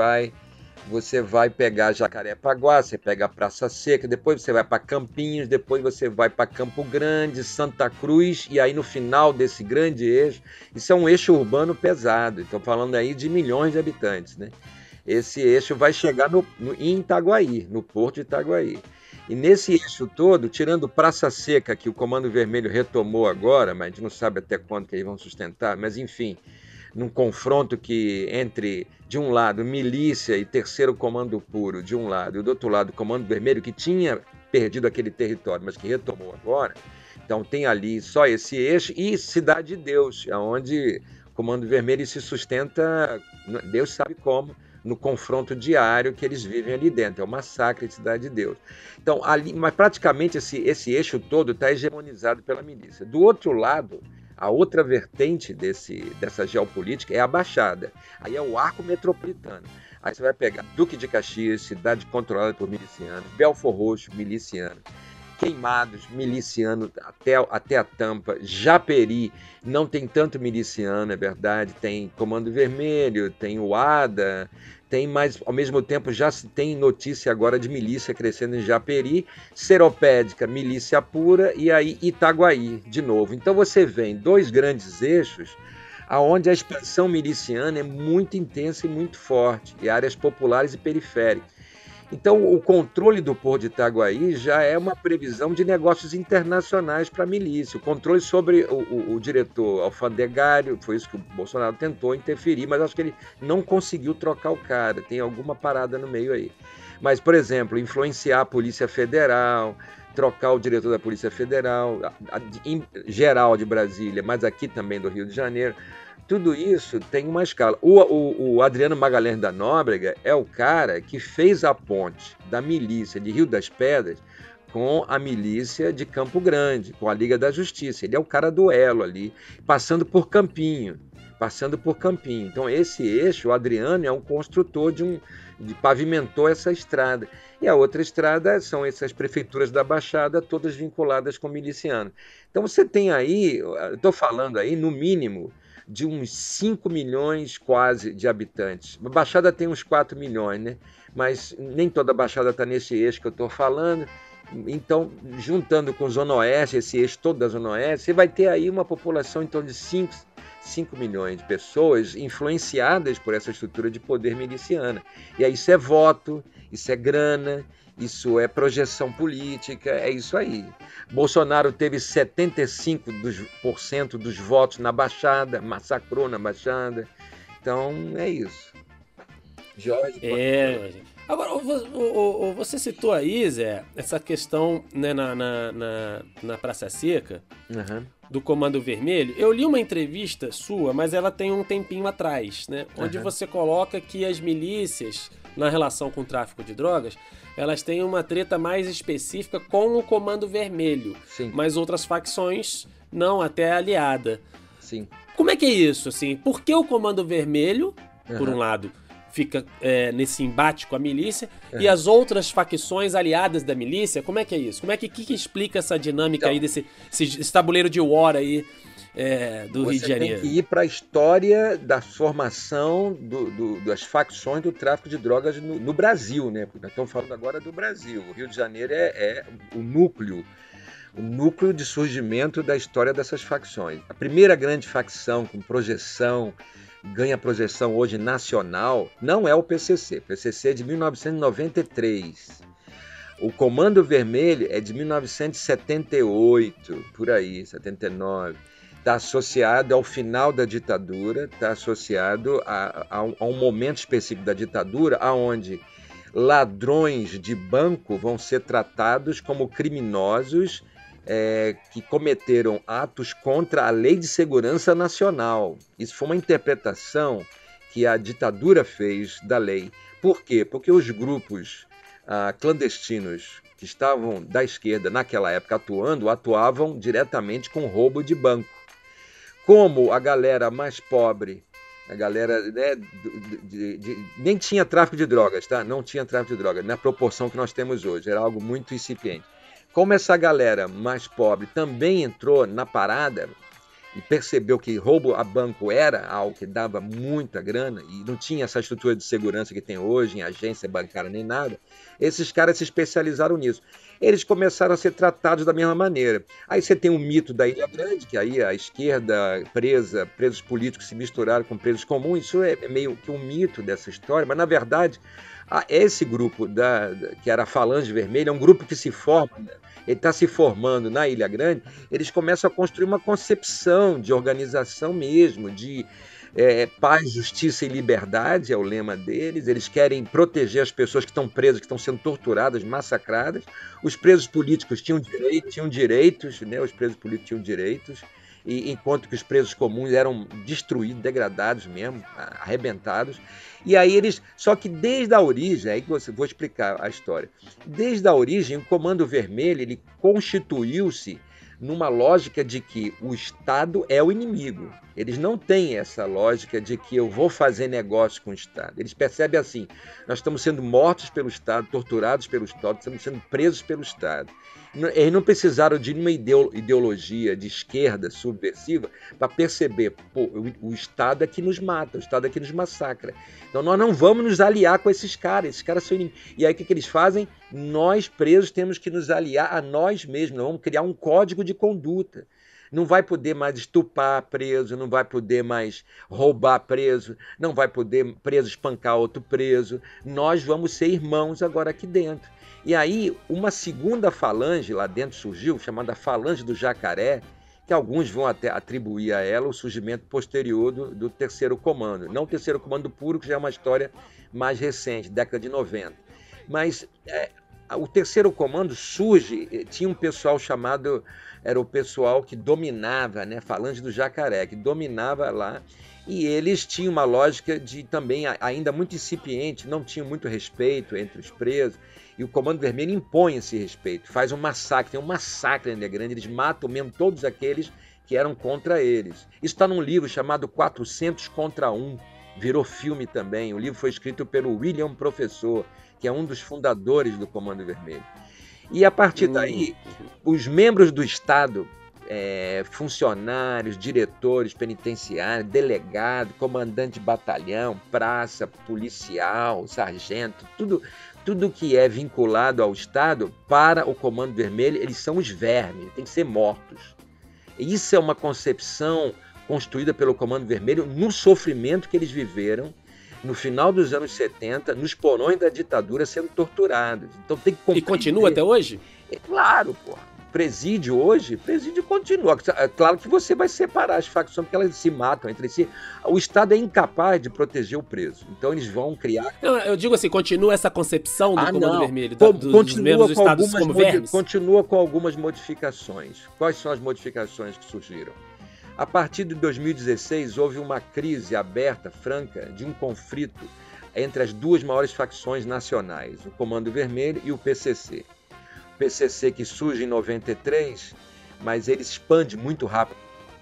você vai pegar Jacarepaguá, você pega a Praça Seca, depois você vai para Campinhos, depois você vai para Campo Grande, Santa Cruz, e aí no final desse grande eixo, isso é um eixo urbano pesado, estou falando aí de milhões de habitantes, né? Esse eixo vai chegar em Itaguaí, no porto de Itaguaí. E nesse eixo todo, tirando Praça Seca, que o Comando Vermelho retomou agora, mas a gente não sabe até quando que eles vão sustentar, mas enfim, num confronto que entre, de um lado, milícia e terceiro comando puro, de um lado, e do outro lado, o Comando Vermelho, que tinha perdido aquele território, mas que retomou agora. Então tem ali só esse eixo e Cidade de Deus, onde o Comando Vermelho se sustenta, Deus sabe como, no confronto diário que eles vivem ali dentro. É o massacre de Cidade de Deus. Então, ali, mas praticamente esse eixo todo está hegemonizado pela milícia. Do outro lado, a outra vertente dessa geopolítica é a Baixada. Aí é o arco metropolitano. Aí você vai pegar Duque de Caxias, cidade controlada por milicianos, Belfor Roxo, miliciano, Queimados, miliciano até a tampa, Japeri, não tem tanto miliciano, é verdade, tem Comando Vermelho, tem o ADA, tem mais, ao mesmo tempo já se tem notícia agora de milícia crescendo em Japeri, Seropédica, milícia pura, e aí Itaguaí, de novo. Então você vê dois grandes eixos, onde a expansão miliciana é muito intensa e muito forte, e áreas populares e periféricas. Então, o controle do porto de Itaguaí já é uma previsão de negócios internacionais para a milícia. O controle sobre o diretor alfandegário, foi isso que o Bolsonaro tentou interferir, mas acho que ele não conseguiu trocar o cara. Tem alguma parada no meio aí. Mas, por exemplo, influenciar a Polícia Federal, trocar o diretor da Polícia Federal, em geral de Brasília, mas aqui também do Rio de Janeiro, tudo isso tem uma escala. O Adriano Magalhães da Nóbrega é o cara que fez a ponte da milícia de Rio das Pedras com a milícia de Campo Grande, com a Liga da Justiça. Ele é o cara do elo ali, passando por Campinho. Então, esse eixo, o Adriano é um construtor pavimentou essa estrada. E a outra estrada são essas prefeituras da Baixada, todas vinculadas com milicianos. Então, você tem aí, estou falando aí, no mínimo, de uns 5 milhões quase de habitantes. A Baixada tem uns 4 milhões, né? Mas nem toda a Baixada está nesse eixo que eu estou falando. Então, juntando com Zona Oeste, esse eixo todo da Zona Oeste, você vai ter aí uma população em torno de 5 milhões de pessoas influenciadas por essa estrutura de poder miliciana. E aí isso é voto, isso é grana, isso é projeção política, é isso aí. Bolsonaro teve 75% dos votos na Baixada, massacrou na Baixada. Então, é isso. Jorge. Agora, você citou aí, Zé, essa questão, né, na Praça Seca, do Comando Vermelho. Eu li uma entrevista sua, mas ela tem um tempinho atrás, né? Onde você coloca que as milícias, na relação com o tráfico de drogas, elas têm uma treta mais específica com o Comando Vermelho. Sim. Mas outras facções não, até aliada. Sim. Como é que é isso, assim? Por que o Comando Vermelho, por um lado, fica nesse embate com a milícia, e as outras facções aliadas da milícia, como é que é isso? Como é que explica essa dinâmica aí desse tabuleiro de war aí do Rio de Janeiro? Você tem que ir para a história da formação das facções do tráfico de drogas no Brasil, né? Porque nós estamos falando agora do Brasil. O Rio de Janeiro é o núcleo de surgimento da história dessas facções. A primeira grande facção com projeção, ganha projeção hoje nacional, não é o PCC. O PCC é de 1993. O Comando Vermelho é de 1978, por aí, 79. Está associado ao final da ditadura, está associado a um momento específico da ditadura, onde ladrões de banco vão ser tratados como criminosos que cometeram atos contra a Lei de Segurança Nacional. Isso foi uma interpretação que a ditadura fez da lei. Por quê? Porque os grupos clandestinos que estavam da esquerda naquela época atuavam diretamente com roubo de banco. Como a galera mais pobre, a galera nem tinha tráfico de drogas, tá? Não tinha tráfico de drogas na proporção que nós temos hoje, era algo muito incipiente. Como essa galera mais pobre também entrou na parada e percebeu que roubo a banco era algo que dava muita grana e não tinha essa estrutura de segurança que tem hoje em agência bancária nem nada, esses caras se especializaram nisso. Eles começaram a ser tratados da mesma maneira. Aí você tem o mito da Ilha Grande, que aí a esquerda presos políticos se misturaram com presos comuns. Isso é meio que um mito dessa história, mas na verdade esse grupo que era a Falange Vermelha é um grupo que se forma, ele está se formando na Ilha Grande. Eles começam a construir uma concepção de organização mesmo, de paz, justiça e liberdade, é o lema deles. Eles querem proteger as pessoas que estão presas, que estão sendo torturadas, massacradas. Os presos políticos tinham direitos, né? Os presos políticos tinham direitos, enquanto que os presos comuns eram destruídos, degradados mesmo, arrebentados. E aí só que desde a origem, aí vou explicar a história. Desde a origem, o Comando Vermelho, ele constituiu-se numa lógica de que o Estado é o inimigo. Eles não têm essa lógica de que eu vou fazer negócio com o Estado. Eles percebem assim, nós estamos sendo mortos pelo Estado, torturados pelo Estado, estamos sendo presos pelo Estado. Eles não precisaram de uma ideologia de esquerda subversiva para perceber, o Estado é que nos mata, o Estado é que nos massacra. Então nós não vamos nos aliar com esses caras são inimigos. E aí o que eles fazem? Nós presos temos que nos aliar a nós mesmos, nós vamos criar um código de conduta. Não vai poder mais estuprar preso, não vai poder mais roubar preso, não vai poder preso espancar outro preso. Nós vamos ser irmãos agora aqui dentro. E aí uma segunda falange lá dentro surgiu, chamada Falange do Jacaré, que alguns vão até atribuir a ela o surgimento posterior do Terceiro Comando. Não o Terceiro Comando puro, que já é uma história mais recente, década de 90. Mas o Terceiro Comando surge, tinha um pessoal chamado, era o pessoal que dominava, né, Falange do Jacaré, que dominava lá, E eles tinham uma lógica de também ainda muito incipiente, não tinham muito respeito entre os presos, e o Comando Vermelho impõe esse respeito, faz um massacre, tem um massacre em Ilha Grande, eles matam mesmo todos aqueles que eram contra eles. Isso está num livro chamado 400 contra 1, virou filme também. O livro foi escrito pelo William Professor, que é um dos fundadores do Comando Vermelho. E a partir daí, os membros do Estado, funcionários, diretores penitenciários, delegado, comandante de batalhão, praça, policial, sargento, tudo que é vinculado ao Estado, para o Comando Vermelho, eles são os vermes, têm que ser mortos. Isso é uma concepção construída pelo Comando Vermelho no sofrimento que eles viveram no final dos anos 70, nos porões da ditadura, sendo torturados. Então tem que compreender. E continua até hoje? É claro, porra. Presídio continua. É claro que você vai separar as facções, porque elas se matam entre si. O Estado é incapaz de proteger o preso. Então eles vão criar... Não, eu digo assim, continua essa concepção do Comando Vermelho, dos membros do Estado como vermes? Continua com algumas modificações. Quais são as modificações que surgiram? A partir de 2016, houve uma crise aberta, franca, de um conflito entre as duas maiores facções nacionais, o Comando Vermelho e o PCC. O PCC que surge em 93, mas ele expande muito rápido.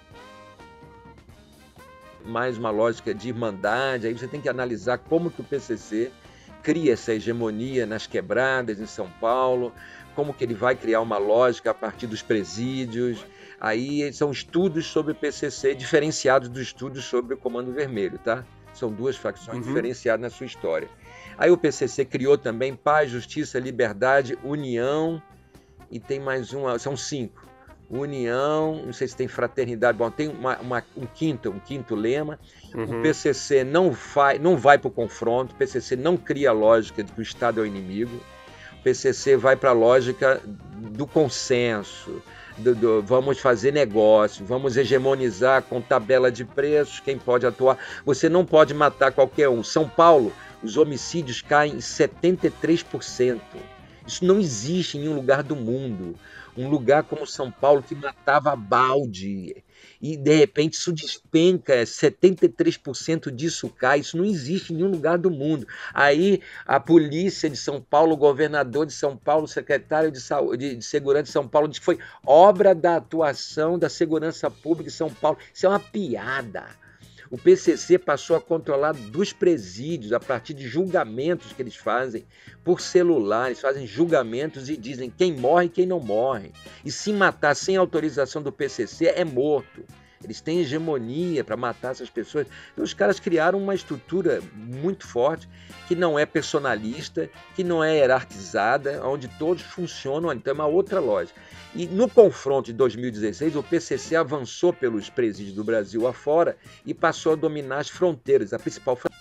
Mais uma lógica de irmandade, aí você tem que analisar como que o PCC cria essa hegemonia nas quebradas em São Paulo, como que ele vai criar uma lógica a partir dos presídios. Aí são estudos sobre o PCC diferenciados dos estudos sobre o Comando Vermelho, tá? São duas facções diferenciadas na sua história. Aí o PCC criou também Paz, Justiça, Liberdade, União, e tem mais são 5. União, não sei se tem Fraternidade, bom, tem um quinto lema. O PCC não vai para o confronto, o PCC não cria a lógica de que o Estado é o inimigo, o PCC vai para a lógica do consenso, vamos fazer negócio, vamos hegemonizar com tabela de preços, quem pode atuar. Você não pode matar qualquer um. São Paulo, os homicídios caem em 73%. Isso não existe em nenhum lugar do mundo. Um lugar como São Paulo que matava a balde e de repente isso despenca, 73% disso cai. Isso não existe em nenhum lugar do mundo. Aí a polícia de São Paulo, o governador de São Paulo, o secretário de Saúde, de Segurança de São Paulo, diz que foi obra da atuação da segurança pública de São Paulo. Isso é uma piada. O PCC passou a controlar dos presídios a partir de julgamentos que eles fazem por celular. Eles fazem julgamentos e dizem quem morre e quem não morre. E se matar sem autorização do PCC é morto. Eles têm hegemonia para matar essas pessoas. Então, os caras criaram uma estrutura muito forte, que não é personalista, que não é hierarquizada, onde todos funcionam. Então, é uma outra lógica. E no confronto de 2016, o PCC avançou pelos presídios do Brasil afora e passou a dominar as fronteiras. A principal fronteira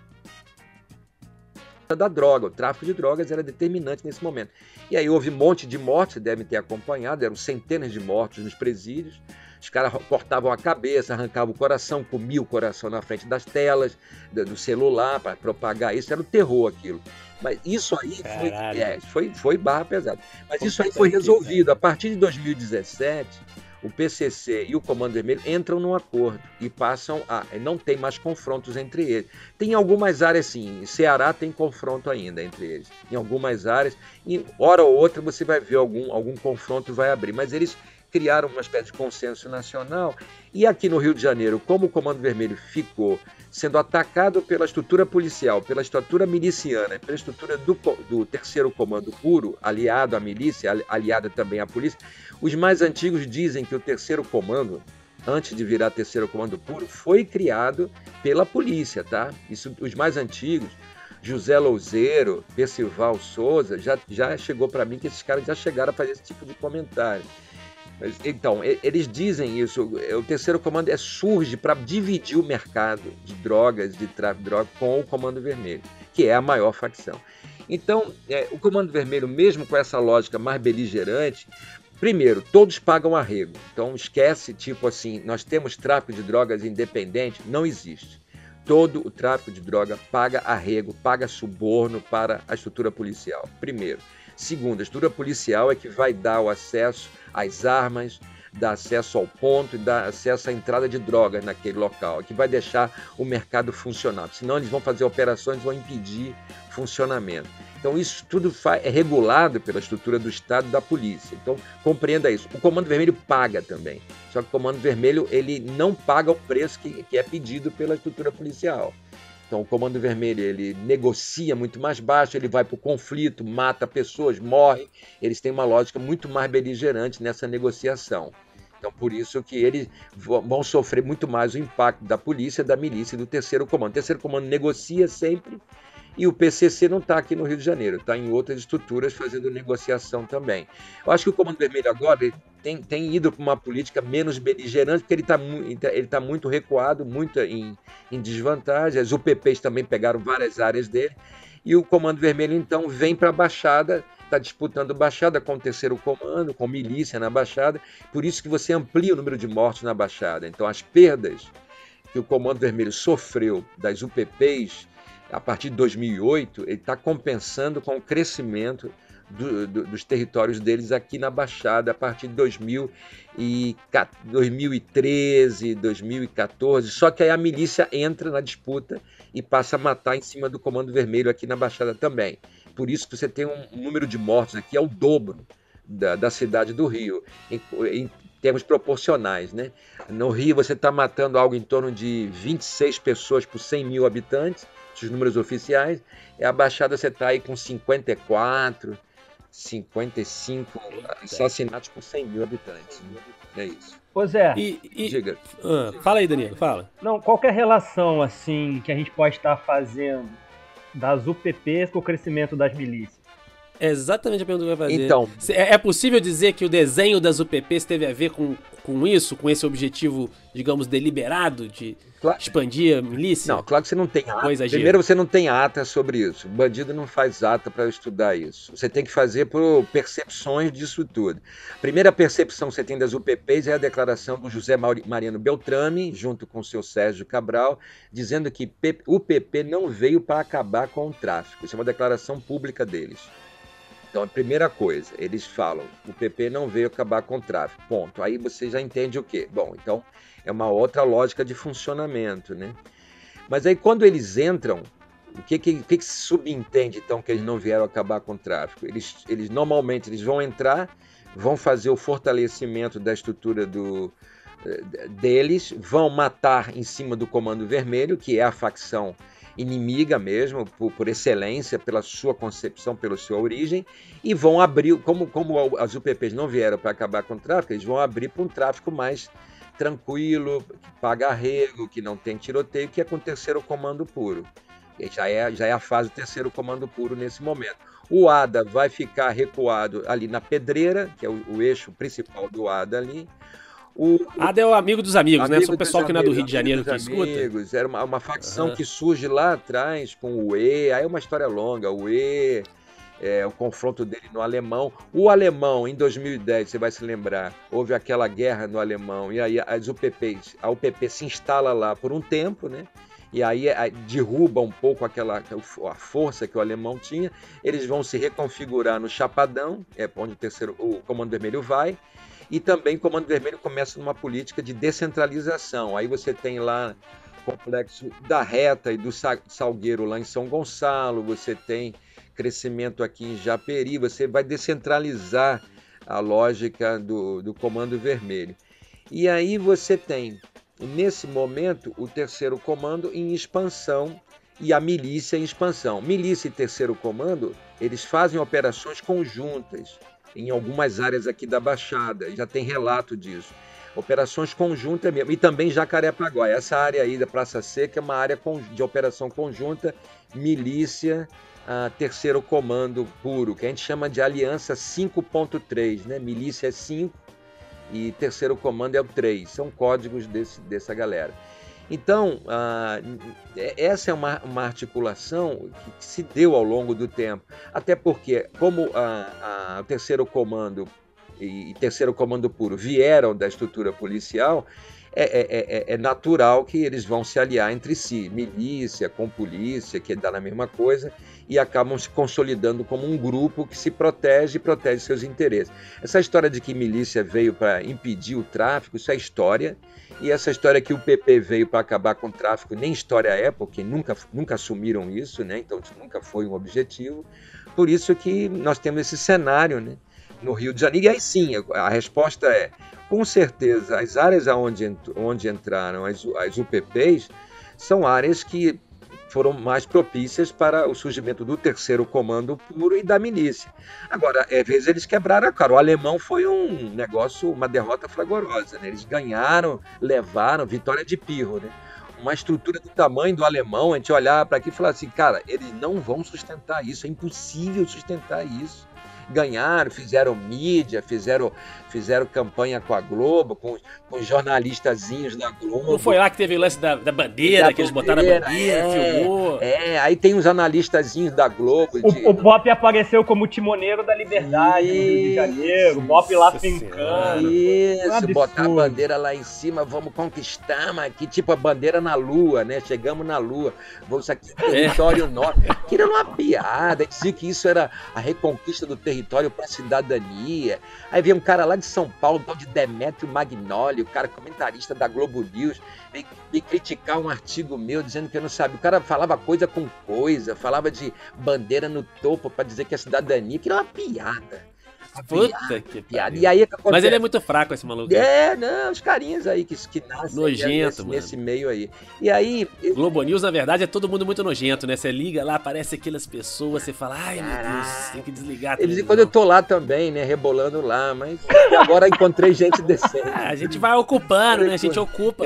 da droga, o tráfico de drogas era determinante nesse momento. E aí houve um monte de mortes, vocês devem ter acompanhado, eram centenas de mortos nos presídios. Os caras cortavam a cabeça, arrancavam o coração, comiam o coração na frente das telas, do celular, para propagar isso. Era o terror aquilo. Mas isso aí foi barra pesada. Mas isso aí foi resolvido. A partir de 2017, o PCC e o Comando Vermelho entram num acordo e passam a... Não tem mais confrontos entre eles. Tem algumas áreas, sim. Em Ceará tem confronto ainda entre eles. Em algumas áreas. E hora ou outra você vai ver algum confronto vai abrir. Mas eles criaram uma espécie de consenso nacional. E aqui no Rio de Janeiro, como o Comando Vermelho ficou sendo atacado pela estrutura policial, pela estrutura miliciana, pela estrutura do 3º Comando Puro, aliado à milícia, aliado também à polícia, os mais antigos dizem que o 3º Comando, antes de virar 3º Comando Puro, foi criado pela polícia, tá? Isso, os mais antigos, José Louzeiro, Percival Souza, já chegou para mim que esses caras já chegaram a fazer esse tipo de comentário. Então, eles dizem isso, o 3º Comando surge para dividir o mercado de drogas, de tráfico de drogas, com o Comando Vermelho, que é a maior facção. Então, o Comando Vermelho, mesmo com essa lógica mais beligerante, primeiro, todos pagam arrego. Então, esquece, tipo assim, nós temos tráfico de drogas independente, não existe. Todo o tráfico de droga paga arrego, paga suborno para a estrutura policial, primeiro. Segundo, a estrutura policial é que vai dar o acesso às armas, dá acesso ao ponto e dá acesso à entrada de drogas naquele local, que vai deixar o mercado funcionar. Senão eles vão fazer operações que vão impedir funcionamento. Então isso tudo é regulado pela estrutura do Estado e da polícia. Então compreenda isso. O Comando Vermelho paga também. Só que o Comando Vermelho ele não paga o preço que é pedido pela estrutura policial. Então o Comando Vermelho ele negocia muito mais baixo, ele vai para o conflito, mata pessoas, morre. Eles têm uma lógica muito mais beligerante nessa negociação. Então por isso que eles vão sofrer muito mais o impacto da polícia, da milícia e do terceiro comando. O terceiro comando negocia sempre e o PCC não está aqui no Rio de Janeiro, está em outras estruturas fazendo negociação também. Eu acho que o Comando Vermelho agora tem ido para uma política menos beligerante, porque ele tá muito recuado, muito em desvantagem. As UPPs também pegaram várias áreas dele. E o Comando Vermelho, então, vem para a Baixada, está disputando Baixada com o terceiro comando, com milícia na Baixada. Por isso que você amplia o número de mortes na Baixada. Então, as perdas que o Comando Vermelho sofreu das UPPs a partir de 2008, ele está compensando com o crescimento dos territórios deles aqui na Baixada a partir de 2013, 2014. Só que aí a milícia entra na disputa e passa a matar em cima do Comando Vermelho aqui na Baixada também. Por isso que você tem um número de mortos aqui, é o dobro da cidade do Rio, em termos proporcionais, né? No Rio você está matando algo em torno de 26 pessoas por 100 mil habitantes, os números oficiais, e a Baixada você está aí com 54, 55 assassinatos por 100 mil habitantes. É isso. Ô Zé, diga. Fala aí, Danilo, fala. Não, qual que é a relação assim, que a gente pode estar fazendo das UPPs com o crescimento das milícias? É exatamente a pergunta que eu ia fazer. Então, é possível dizer que o desenho das UPPs teve a ver com isso, com esse objetivo, digamos, deliberado de expandir a milícia? Não, claro que você não tem ata. Exagero. Primeiro, você não tem ata sobre isso. O bandido não faz ata para estudar isso. Você tem que fazer por percepções disso tudo. A primeira percepção que você tem das UPPs é a declaração do José Mariano Beltrame, junto com o seu Sérgio Cabral, dizendo que o PP não veio para acabar com o tráfico. Isso é uma declaração pública deles. Então, a primeira coisa, eles falam, o PP não veio acabar com o tráfico, ponto. Aí você já entende o quê? Bom, então é uma outra lógica de funcionamento, né? Mas aí quando eles entram, o que se subentende, então, que eles não vieram acabar com o tráfico? Eles normalmente eles vão entrar, vão fazer o fortalecimento da estrutura deles, vão matar em cima do Comando Vermelho, que é a facção inimiga mesmo, por excelência, pela sua concepção, pela sua origem, e vão abrir, como as UPPs não vieram para acabar com o tráfico, eles vão abrir para um tráfico mais tranquilo, que paga arrego, que não tem tiroteio, que é com o terceiro comando puro. E já é a fase do terceiro comando puro nesse momento. O ADA vai ficar recuado ali na Pedreira, que é o eixo principal do ADA ali. ADA é o amigo dos amigos, né? Só o pessoal que não é do Rio de Janeiro que escuta. Era uma facção que surge lá atrás com o UE, aí é uma história longa, o UE, o confronto dele no Alemão. O Alemão, em 2010, você vai se lembrar, houve aquela guerra no Alemão, e aí a UPP se instala lá por um tempo, né? E aí derruba um pouco a força que o alemão tinha, eles vão se reconfigurar no Chapadão, onde o Comando Vermelho vai, e também o Comando Vermelho começa numa política de descentralização. Aí você tem lá o complexo da Reta e do Salgueiro lá em São Gonçalo, você tem crescimento aqui em Japeri, você vai descentralizar a lógica do Comando Vermelho. E aí você tem, nesse momento, o terceiro comando em expansão e a milícia em expansão. Milícia e terceiro comando, eles fazem operações conjuntas em algumas áreas aqui da Baixada, já tem relato disso. Operações conjuntas mesmo, e também Jacarepaguá. Essa área aí da Praça Seca é uma área de operação conjunta, milícia, terceiro comando puro, que a gente chama de aliança 5.3, né? Milícia é 5 e terceiro comando é o 3, são códigos dessa galera. Então, essa é uma articulação que se deu ao longo do tempo, até porque, como o terceiro comando e terceiro comando puro vieram da estrutura policial, é natural que eles vão se aliar entre si, milícia com polícia, que dá na mesma coisa, e acabam se consolidando como um grupo que se protege e protege seus interesses. Essa história de que milícia veio para impedir o tráfico, isso é história, e essa história que o PP veio para acabar com o tráfico, nem história é, porque nunca assumiram isso, né? Então isso nunca foi um objetivo. Por isso que nós temos esse cenário, né, no Rio de Janeiro. E aí sim, a resposta é, com certeza, as áreas onde entraram as UPPs são áreas que foram mais propícias para o surgimento do terceiro comando puro e da milícia. Agora, às vezes eles quebraram a cara. O alemão foi um negócio, uma derrota fragorosa, né? Eles ganharam, levaram, vitória de pirro, né? Uma estrutura do tamanho do alemão, a gente olhar para aqui e falar assim, cara, eles não vão sustentar isso, é impossível sustentar isso. Ganharam, fizeram mídia, fizeram campanha com a Globo, com jornalistazinhos da Globo. Não foi lá que teve o lance da bandeira, que eles botaram a bandeira, filmou. Aí tem uns analistazinhos da Globo. O Bop apareceu como timoneiro da liberdade no Rio de Janeiro, o Bop lá fincando. Isso, botar a bandeira lá em cima, vamos conquistar, mas que tipo a bandeira na Lua, né? Chegamos na Lua, vamos aqui no território nosso. Aquilo era uma piada, dizia que isso era a reconquista do território para a cidadania. Aí veio um cara lá de São Paulo, tal de Demétrio Magnoli, o cara comentarista da Globo News, veio criticar um artigo meu dizendo que eu não sabia. O cara falava coisa com coisa, falava de bandeira no topo para dizer que a cidadania, que era uma piada. Puta que piada. E aí, mas ele é muito fraco, esse maluco. Não, os carinhas aí que nascem nojento, nesse meio aí. E aí... Globo News, na verdade, é todo mundo muito nojento, né? Você liga lá, aparece aquelas pessoas, você fala, ai, meu Deus, tem que desligar. Quando eu tô lá também, né, rebolando lá, mas agora encontrei gente decente. A gente vai ocupando, né? A gente ocupa.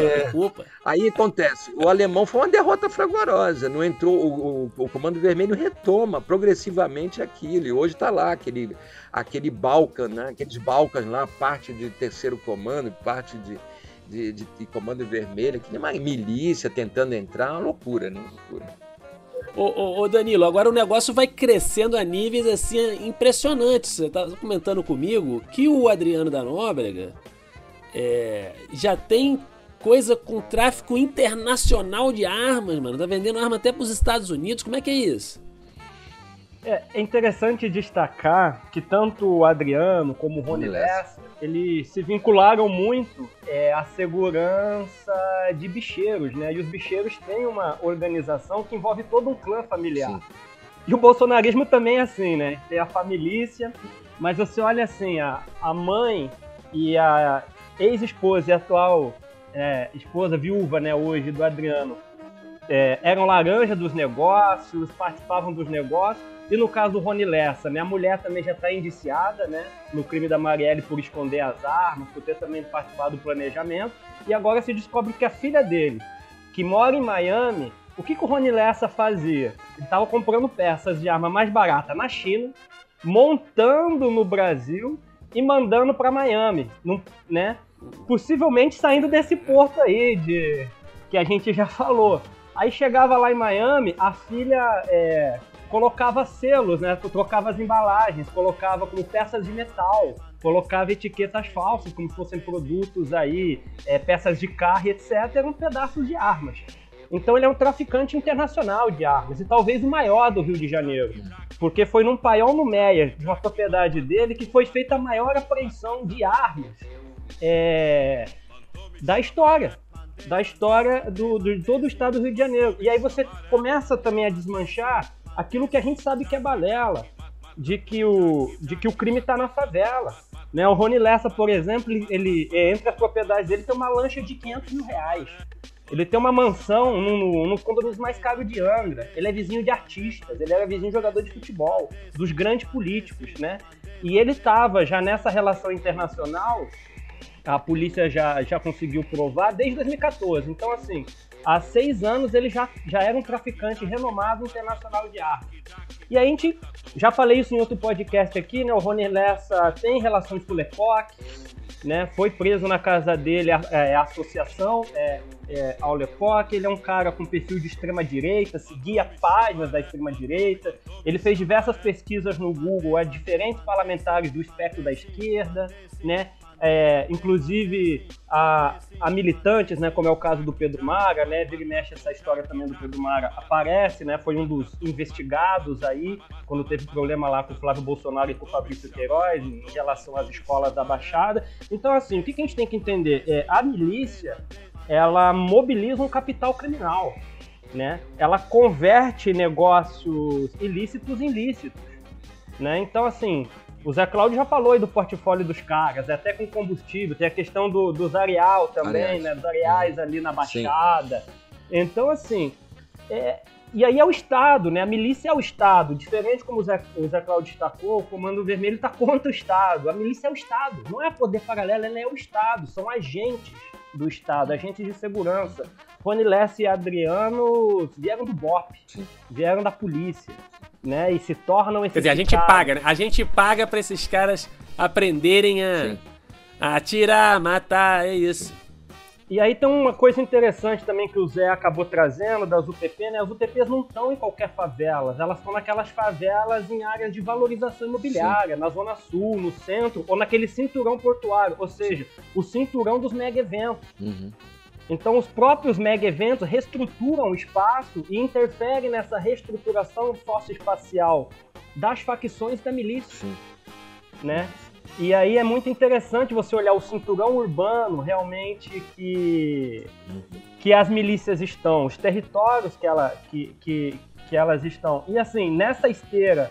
Aí acontece, o alemão foi uma derrota fragorosa, não entrou, o Comando Vermelho retoma progressivamente aquilo, e hoje tá lá, aquele Balkan, né? Aqueles Balcãs lá, parte de terceiro comando, parte de Comando Vermelho, que nem uma milícia tentando entrar, uma loucura, né? Ô Danilo, agora o negócio vai crescendo a níveis assim impressionantes. Você tá comentando comigo que o Adriano da Nóbrega já tem coisa com tráfico internacional de armas, mano. Tá vendendo arma até pros Estados Unidos. Como é que é isso? É interessante destacar que tanto o Adriano como o Rony Lessa, eles se vincularam muito à segurança de bicheiros, né? E os bicheiros têm uma organização que envolve todo um clã familiar. Sim. E o bolsonarismo também é assim, né? Tem a família, mas você olha assim, a mãe e a ex-esposa e atual esposa viúva, né, hoje, do Adriano, eram laranja dos negócios, participavam dos negócios. E no caso do Rony Lessa, né, a mulher também já está indiciada, né, no crime da Marielle por esconder as armas, por ter também participado do planejamento. E agora se descobre que a filha dele, que mora em Miami, o que o Rony Lessa fazia? Ele estava comprando peças de arma mais barata na China, montando no Brasil e mandando para Miami, né? Possivelmente saindo desse porto aí que a gente já falou. Aí chegava lá em Miami, a filha colocava selos, né? Trocava as embalagens, colocava como peças de metal, colocava etiquetas falsas, como se fossem produtos aí, peças de carro, etc. Eram pedaços de armas. Então ele é um traficante internacional de armas, e talvez o maior do Rio de Janeiro, porque foi num paiol no Meia, de uma propriedade dele, que foi feita a maior apreensão de armas da história de todo o estado do Rio de Janeiro. E aí você começa também a desmanchar aquilo que a gente sabe que é balela, de que o crime está na favela. Né? O Rony Lessa, por exemplo, ele entre as propriedades dele tem uma lancha de R$500 mil. Ele tem uma mansão no condomínio mais caro de Angra. Ele é vizinho de artistas, ele era vizinho de jogador de futebol, dos grandes políticos, né? E ele estava já nessa relação internacional, a polícia já conseguiu provar desde 2014. Então, assim, há 6 anos ele já era um traficante renomado internacional de armas. E a gente, já falei isso em outro podcast aqui, né? O Rony Lessa tem relações com o Lecoq, né? Foi preso na casa dele a associação ao Lecoq. Ele é um cara com perfil de extrema-direita, seguia páginas da extrema-direita. Ele fez diversas pesquisas no Google a diferentes parlamentares do espectro da esquerda, né? inclusive a militantes, né, como é o caso do Pedro Mara, né, vira e mexe essa história também do Pedro Mara aparece, né, foi um dos investigados aí, quando teve problema lá com o Flávio Bolsonaro e com o Fabrício Queiroz, em relação às escolas da Baixada. Então, assim, o que a gente tem que entender? A milícia, ela mobiliza um capital criminal, né? Ela converte negócios ilícitos em lícitos, né? Então, assim, o Zé Cláudio já falou aí do portfólio dos caras, até com combustível, tem a questão dos areal também, né? Dos areais ali na Baixada. Sim. Então, assim, e aí é o Estado, né? A milícia é o Estado. Diferente como o Zé Cláudio destacou, o Comando Vermelho está contra o Estado. A milícia é o Estado, não é poder paralelo, ela é o Estado, são agentes do Estado, agentes de segurança. Rony Lessa e Adriano vieram do BOP, vieram da polícia, né? E se tornam esses. Quer dizer, a gente paga, né? A gente paga pra esses caras aprenderem a atirar, matar, é isso. E aí tem uma coisa interessante também que o Zé acabou trazendo das UPP, né? As UPPs não estão em qualquer favela, elas estão naquelas favelas em áreas de valorização imobiliária, na Zona Sul, no centro, ou naquele cinturão portuário, ou seja, o cinturão dos mega-eventos. Então os próprios mega-eventos reestruturam o espaço e interferem nessa reestruturação socioespacial das facções da milícia, né? E aí é muito interessante você olhar o cinturão urbano realmente que as milícias estão, os territórios que elas estão. E assim, nessa esteira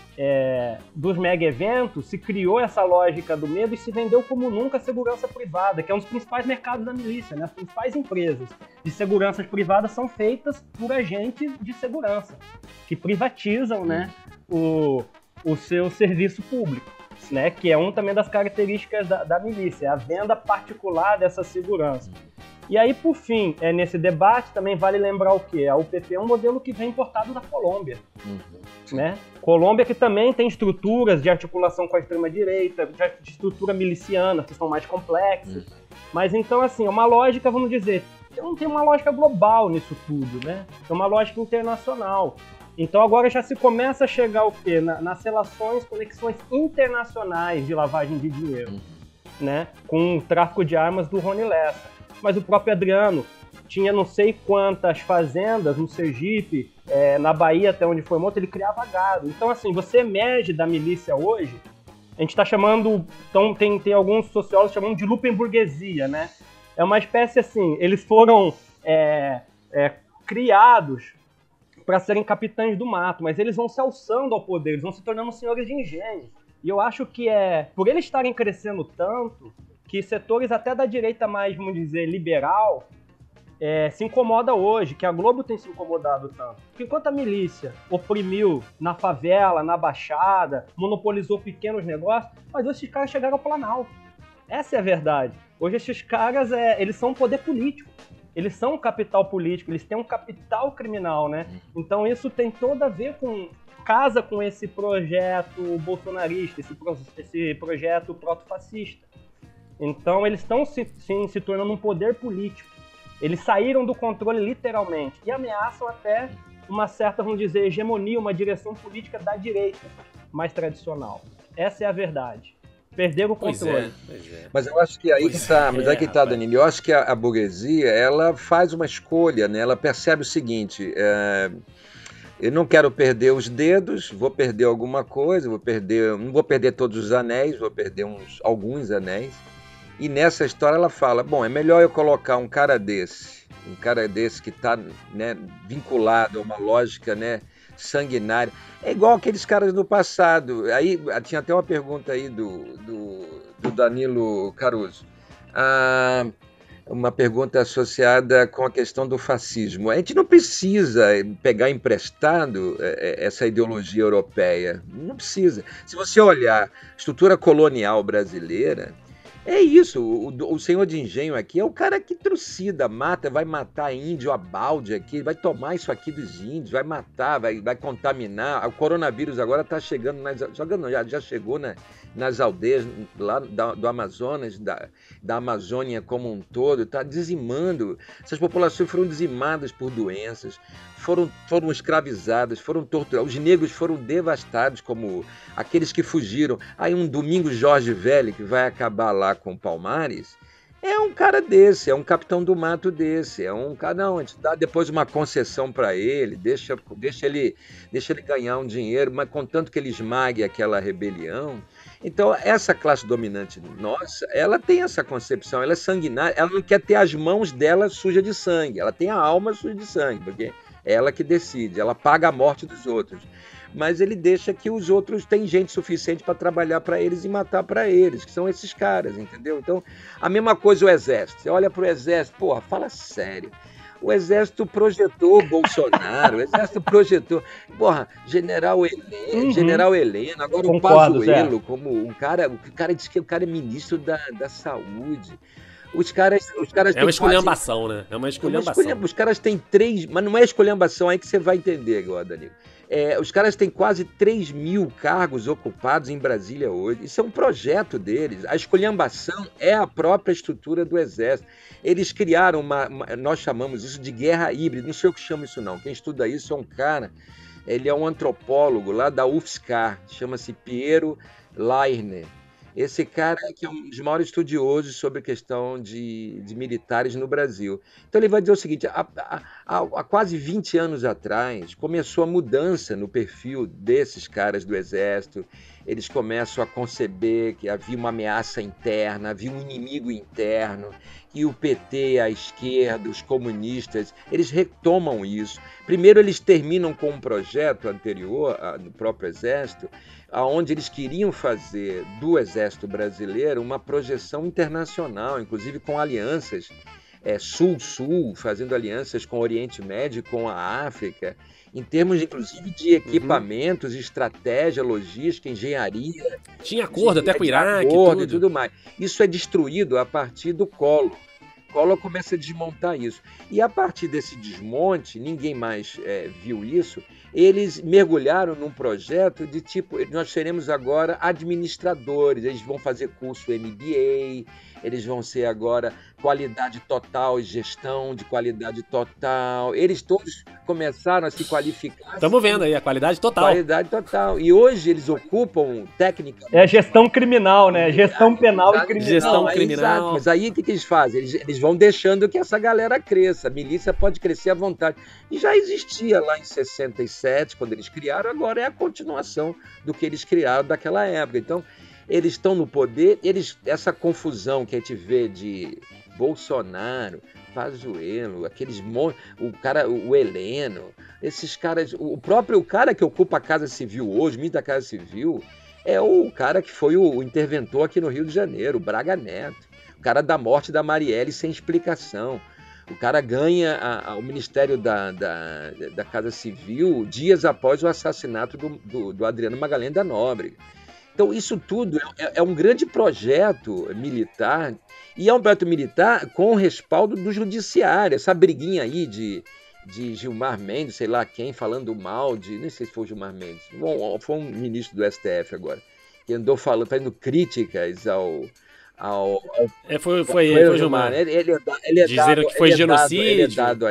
dos mega-eventos, se criou essa lógica do medo e se vendeu como nunca a segurança privada, que é um dos principais mercados da milícia, né? As principais empresas de seguranças privadas são feitas por agentes de segurança, que privatizam, né, o seu serviço público, né, que é também das características da milícia, a venda particular dessa segurança. E aí, por fim, nesse debate também vale lembrar o quê? A UPP é um modelo que vem importado da Colômbia, né? Colômbia que também tem estruturas de articulação com a extrema-direita, de estrutura miliciana, que são mais complexas. Mas então, assim, é uma lógica, vamos dizer, não tem uma lógica global nisso tudo, né? É uma lógica internacional. Então agora já se começa a chegar o quê? Nas relações, conexões internacionais de lavagem de dinheiro, né? Com o tráfico de armas do Rony Lessa. Mas o próprio Adriano tinha não sei quantas fazendas no Sergipe, na Bahia, até onde foi morto, ele criava gado. Então, assim, você emerge da milícia hoje, a gente está chamando, então tem alguns sociólogos chamando de lupenburguesia, né? É uma espécie assim, eles foram criados para serem capitães do mato, mas eles vão se alçando ao poder, eles vão se tornando senhores de engenho. E eu acho que por eles estarem crescendo tanto, que setores até da direita mais, vamos dizer, liberal, se incomoda hoje, que a Globo tem se incomodado tanto. Porque enquanto a milícia oprimiu na favela, na Baixada, monopolizou pequenos negócios, mas hoje esses caras chegaram ao Planalto. Essa é a verdade. Hoje esses caras, eles são um poder político. Eles são um capital político, eles têm um capital criminal, né? Então isso tem todo a ver casa com esse projeto bolsonarista, esse projeto proto-fascista. Então eles estão se tornando um poder político. Eles saíram do controle literalmente e ameaçam até uma certa, vamos dizer, hegemonia, uma direção política da direita mais tradicional. Essa é a verdade. Perderam o controle. Pois é. Mas eu acho que aí que está, Danilo. Eu acho que a burguesia, ela faz uma escolha, né? Ela percebe o seguinte: eu não quero perder os dedos, vou perder alguma coisa, não vou perder todos os anéis, vou perder alguns anéis. E nessa história ela fala, bom, é melhor eu colocar um cara desse que está, né, vinculado a uma lógica, né, sanguinária. É igual aqueles caras do passado. Aí tinha até uma pergunta aí do Danilo Caruso. Uma pergunta associada com a questão do fascismo. A gente não precisa pegar emprestado essa ideologia europeia. Não precisa. Se você olhar a estrutura colonial brasileira, é isso, o senhor de engenho aqui é o cara que trucida, vai matar índio a balde aqui, vai tomar isso aqui dos índios, vai matar, vai contaminar. O coronavírus agora está chegando, já chegou nas aldeias lá do Amazonas, da Amazônia como um todo, está dizimando. Essas populações foram dizimadas por doenças, foram escravizadas, foram torturadas. Os negros foram devastados, como aqueles que fugiram. Aí um Domingos Jorge Velho, que vai acabar lá com o Palmares, é um cara desse, é um capitão do mato desse, é um cara, não, a gente dá depois uma concessão para ele, deixa ele ganhar um dinheiro, mas contanto que ele esmague aquela rebelião. Então, essa classe dominante nossa, ela tem essa concepção, ela é sanguinária, ela não quer ter as mãos dela sujas de sangue, ela tem a alma suja de sangue, porque é ela que decide, ela paga a morte dos outros. Mas ele deixa que os outros têm gente suficiente para trabalhar para eles e matar para eles, que são esses caras, entendeu? Então, a mesma coisa o Exército. Você olha para o Exército, porra, fala sério. O Exército projetou Bolsonaro, o Exército projetou, porra, General Heleno, agora Concordo, o Pazuello, como o cara diz que o cara é ministro da Saúde. Os caras é uma esculhambação, né? É uma esculhambação. Os caras têm 3, mas não é esculhambação, aí que você vai entender agora, Danilo. Os caras têm quase 3 mil cargos ocupados em Brasília hoje. Isso é um projeto deles. A esculhambação é a própria estrutura do Exército. Eles criaram nós chamamos isso de guerra híbrida. Não sei o que chama isso não. Quem estuda isso é um cara, ele é um antropólogo lá da UFSCar, chama-se Piero Leirner. Esse cara que é um dos maiores estudiosos sobre a questão de militares no Brasil. Então ele vai dizer o seguinte, há quase 20 anos atrás começou a mudança no perfil desses caras do Exército. Eles começam a conceber que havia uma ameaça interna, havia um inimigo interno, que o PT, a esquerda, os comunistas, eles retomam isso. Primeiro eles terminam com um projeto anterior no próprio Exército, onde eles queriam fazer do Exército Brasileiro uma projeção internacional, inclusive com alianças Sul-Sul, fazendo alianças com o Oriente Médio, com a África, em termos, inclusive, de equipamentos, estratégia, logística, engenharia. Tinha acordo até com o Iraque e tudo mais. Isso é destruído a partir do Collor. Collor começa a desmontar isso. E a partir desse desmonte, ninguém mais viu isso, eles mergulharam num projeto de tipo, nós seremos agora administradores, eles vão fazer curso MBA, eles vão ser agora qualidade total, gestão de qualidade total. Eles todos começaram a se qualificar. Estamos vendo aí a qualidade total. Qualidade total. E hoje eles ocupam técnica. É gestão criminal, né? Gestão penal e criminal. Gestão criminal. Exato. Mas aí o que eles fazem? Eles vão deixando que essa galera cresça. A milícia pode crescer à vontade. E já existia lá em 67, quando eles criaram, agora é a continuação do que eles criaram daquela época. Então, eles estão no poder, essa confusão que a gente vê de Bolsonaro, Pazuello, o Heleno, esses caras, o próprio cara que ocupa a Casa Civil hoje, o ministro da Casa Civil, é o cara que foi o interventor aqui no Rio de Janeiro, o Braga Neto, o cara da morte da Marielle sem explicação. O cara ganha o Ministério da Casa Civil dias após o assassinato do Adriano Magalhães da Nóbrega. Então, isso tudo é um grande projeto militar, e é um projeto militar com o respaldo do judiciário. Essa briguinha aí de Gilmar Mendes, sei lá quem, falando mal nem sei se foi o Gilmar Mendes, bom, foi um ministro do STF agora, que andou fazendo críticas ao foi Gilmar. Dizeram que foi genocídio. Ele é dado a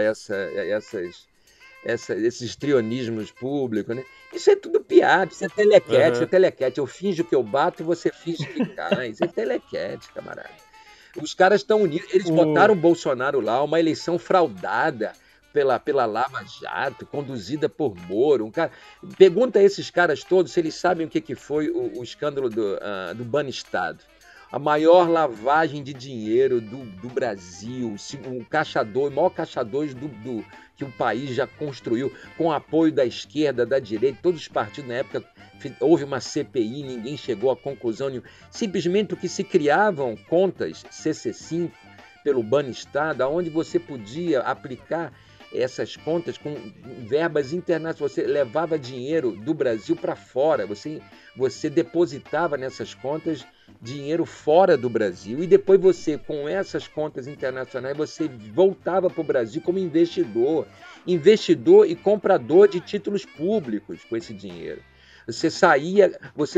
esses histrionismos públicos, né? Isso é tudo piada, isso é telequete, isso é telequete. Eu finjo que eu bato e você finge que cai. Isso é telequete, camarada. Os caras estão unidos. Eles botaram o Bolsonaro lá, uma eleição fraudada pela Lava Jato, conduzida por Moro. Pergunta a esses caras todos se eles sabem o que foi o escândalo do Banestado. A maior lavagem de dinheiro do Brasil, o maior caçador que o país já construiu, com apoio da esquerda, da direita, todos os partidos na época, houve uma CPI, ninguém chegou a conclusão nenhuma, simplesmente porque se criavam contas CC5 pelo Banestado, onde você podia aplicar essas contas com verbas internacionais, você levava dinheiro do Brasil para fora, você depositava nessas contas dinheiro fora do Brasil e depois você, com essas contas internacionais, você voltava para o Brasil como investidor e comprador de títulos públicos com esse dinheiro. Você saía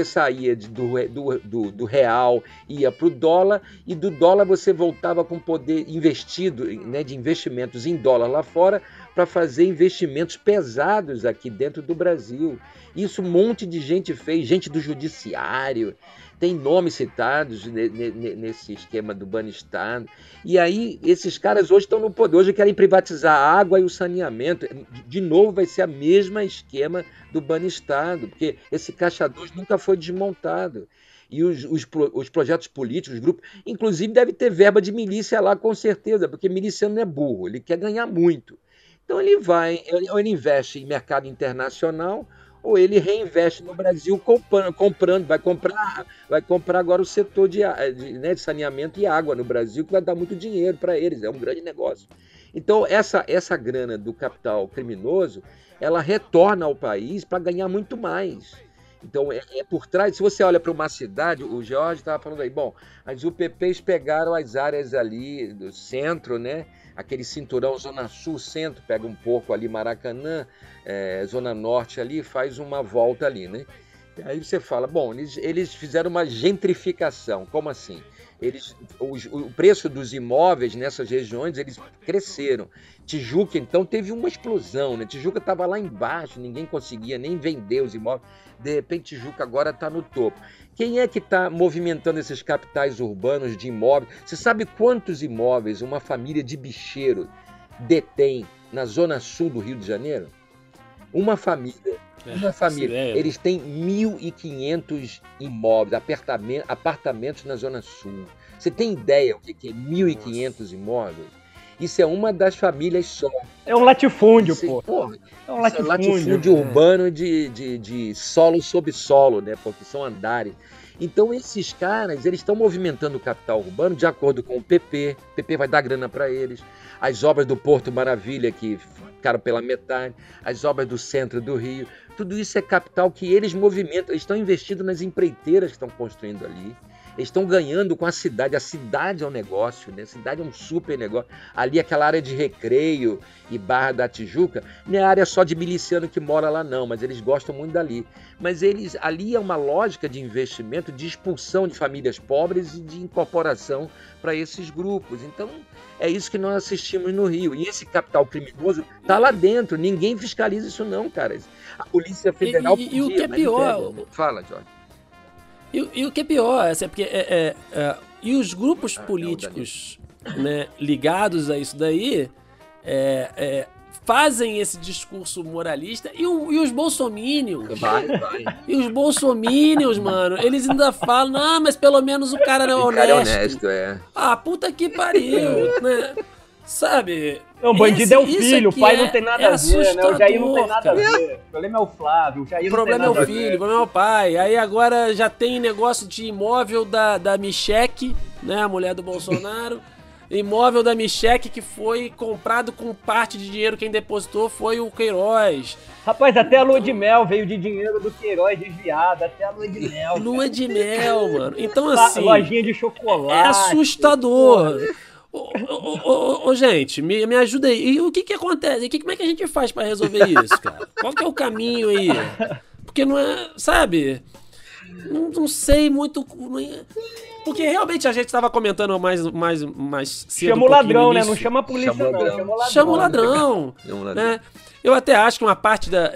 do real, ia para o dólar, e do dólar você voltava com poder investido, né, de investimentos em dólar lá fora, para fazer investimentos pesados aqui dentro do Brasil. Isso um monte de gente fez, gente do judiciário, tem nomes citados nesse esquema do Banestado. E aí esses caras hoje estão no poder, hoje querem privatizar a água e o saneamento. De novo vai ser a mesma esquema do Banestado, porque esse Caixa 2 nunca foi desmontado. E os projetos políticos, os grupos, inclusive deve ter verba de milícia lá com certeza, porque miliciano não é burro, ele quer ganhar muito. Então ele ou ele investe em mercado internacional, ou ele reinveste no Brasil comprando, vai comprar agora o setor de saneamento e água no Brasil, que vai dar muito dinheiro para eles, é um grande negócio. Então essa grana do capital criminoso, ela retorna ao país para ganhar muito mais. Então é por trás, se você olha para uma cidade, o Jorge estava falando aí, bom, as UPPs pegaram as áreas ali do centro, né? Aquele cinturão Zona Sul, centro, pega um pouco ali, Maracanã, Zona Norte ali, faz uma volta ali, né? Aí você fala, bom, eles fizeram uma gentrificação, como assim? O preço dos imóveis nessas regiões, eles cresceram. Tijuca, então, teve uma explosão, né? Tijuca estava lá embaixo, ninguém conseguia nem vender os imóveis. De repente, Tijuca agora está no topo. Quem é que está movimentando esses capitais urbanos de imóveis? Você sabe quantos imóveis uma família de bicheiro detém na zona sul do Rio de Janeiro? Uma família. Eles têm 1.500 imóveis, apartamentos na Zona Sul. Você tem ideia o que é 1.500 imóveis? Isso é uma das famílias só. É um latifúndio, pô. É um latifúndio urbano de solo sob solo, né? Porque são andares. Então esses caras, eles estão movimentando o capital urbano de acordo com o PP. O PP vai dar grana para eles. As obras do Porto Maravilha, que ficaram pela metade. As obras do centro do Rio. Tudo isso é capital que eles movimentam. Eles estão investindo nas empreiteiras que estão construindo ali. Eles estão ganhando com a cidade. A cidade é um negócio, né? A cidade é um super negócio. Ali, aquela área de Recreio e Barra da Tijuca, não é área só de miliciano que mora lá, não, mas eles gostam muito dali. Mas ali é uma lógica de investimento, de expulsão de famílias pobres e de incorporação para esses grupos. Então, é isso que nós assistimos no Rio. E esse capital criminoso está lá dentro. Ninguém fiscaliza isso, não, cara. A Polícia Federal e o que é pior... Fala, Jorge. E o que é pior, é porque e os grupos políticos, né, ligados a isso daí fazem esse discurso moralista e os bolsominions. E os bolsominions, mano, eles ainda falam, não, mas pelo menos o cara não é honesto. O cara é honesto, Ah, puta que pariu, né? Sabe? Não, bandido é o filho, o pai não tem nada a ver, né? O Jair não tem nada a cara. ver. O problema é o Flávio, o Jair O problema é o filho, o problema é o pai. Aí agora já tem negócio de imóvel da Michele, né? A mulher do Bolsonaro. Imóvel da Michele que foi comprado com parte de dinheiro, quem depositou foi o Queiroz. Rapaz, até a lua de mel veio de dinheiro do Queiroz desviado, até a lua de mel. Lua de mel, mano. Então assim... Lojinha de chocolate. É assustador. Gente, me ajuda aí. E o que acontece? Como é que a gente faz pra resolver isso, cara? Qual que é o caminho aí? Porque não é, sabe? Não sei muito... Porque realmente a gente tava comentando mais cedo. Chama o ladrão, né? Não chama a polícia, não. Chama o ladrão. Né? Eu até acho que uma parte da...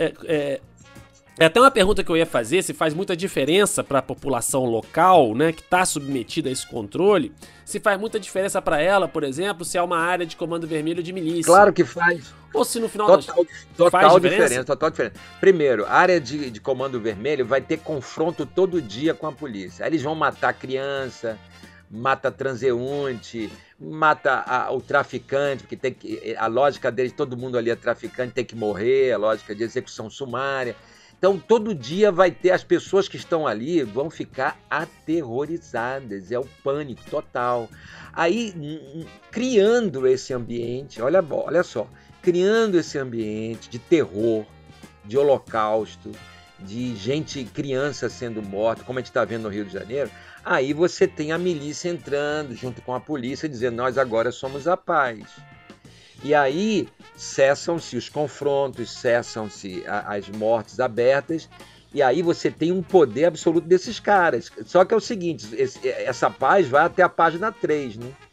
É até uma pergunta que eu ia fazer, se faz muita diferença para a população local, né, que está submetida a esse controle, se faz muita diferença para ela, por exemplo, se é uma área de comando vermelho de milícia. Claro que faz. Ou se no final total diferença. Primeiro, a área de comando vermelho vai ter confronto todo dia com a polícia. Aí eles vão matar criança, mata transeunte, mata o traficante, porque a lógica deles, todo mundo ali é traficante, tem que morrer, a lógica de execução sumária. Então, todo dia vai ter, as pessoas que estão ali vão ficar aterrorizadas, é o pânico total. Aí, criando esse ambiente, olha só, criando esse ambiente de terror, de holocausto, de criança sendo morta, como a gente está vendo no Rio de Janeiro, aí você tem a milícia entrando junto com a polícia, dizendo, nós agora somos a paz. E aí cessam-se os confrontos, cessam-se as mortes abertas, e aí você tem um poder absoluto desses caras. Só que é o seguinte, essa paz vai até a página 3, né?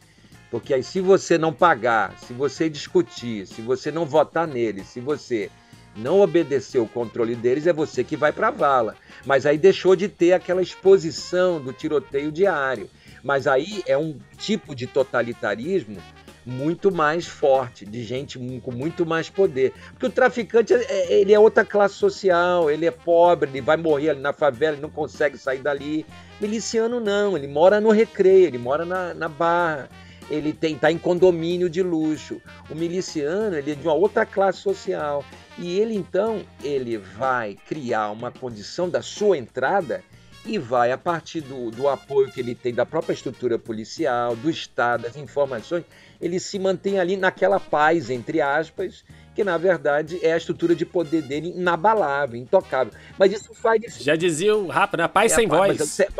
Porque aí se você não pagar, se você discutir, se você não votar nele, se você não obedecer o controle deles, é você que vai para a vala. Mas aí deixou de ter aquela exposição do tiroteio diário. Mas aí é um tipo de totalitarismo muito mais forte, de gente com muito mais poder. Porque o traficante, ele é outra classe social, ele é pobre, ele vai morrer ali na favela, ele não consegue sair dali. Miliciano não, ele mora no Recreio, ele mora na Barra, ele tá em condomínio de luxo. O miliciano, ele é de uma outra classe social. E ele, então, ele vai criar uma condição da sua entrada e vai, a partir do apoio que ele tem da própria estrutura policial, do Estado, das informações, ele se mantém ali naquela paz, entre aspas, que na verdade é a estrutura de poder dele inabalável, intocável. Mas isso faz... Já dizia o Rapa, né? Paz sem voz.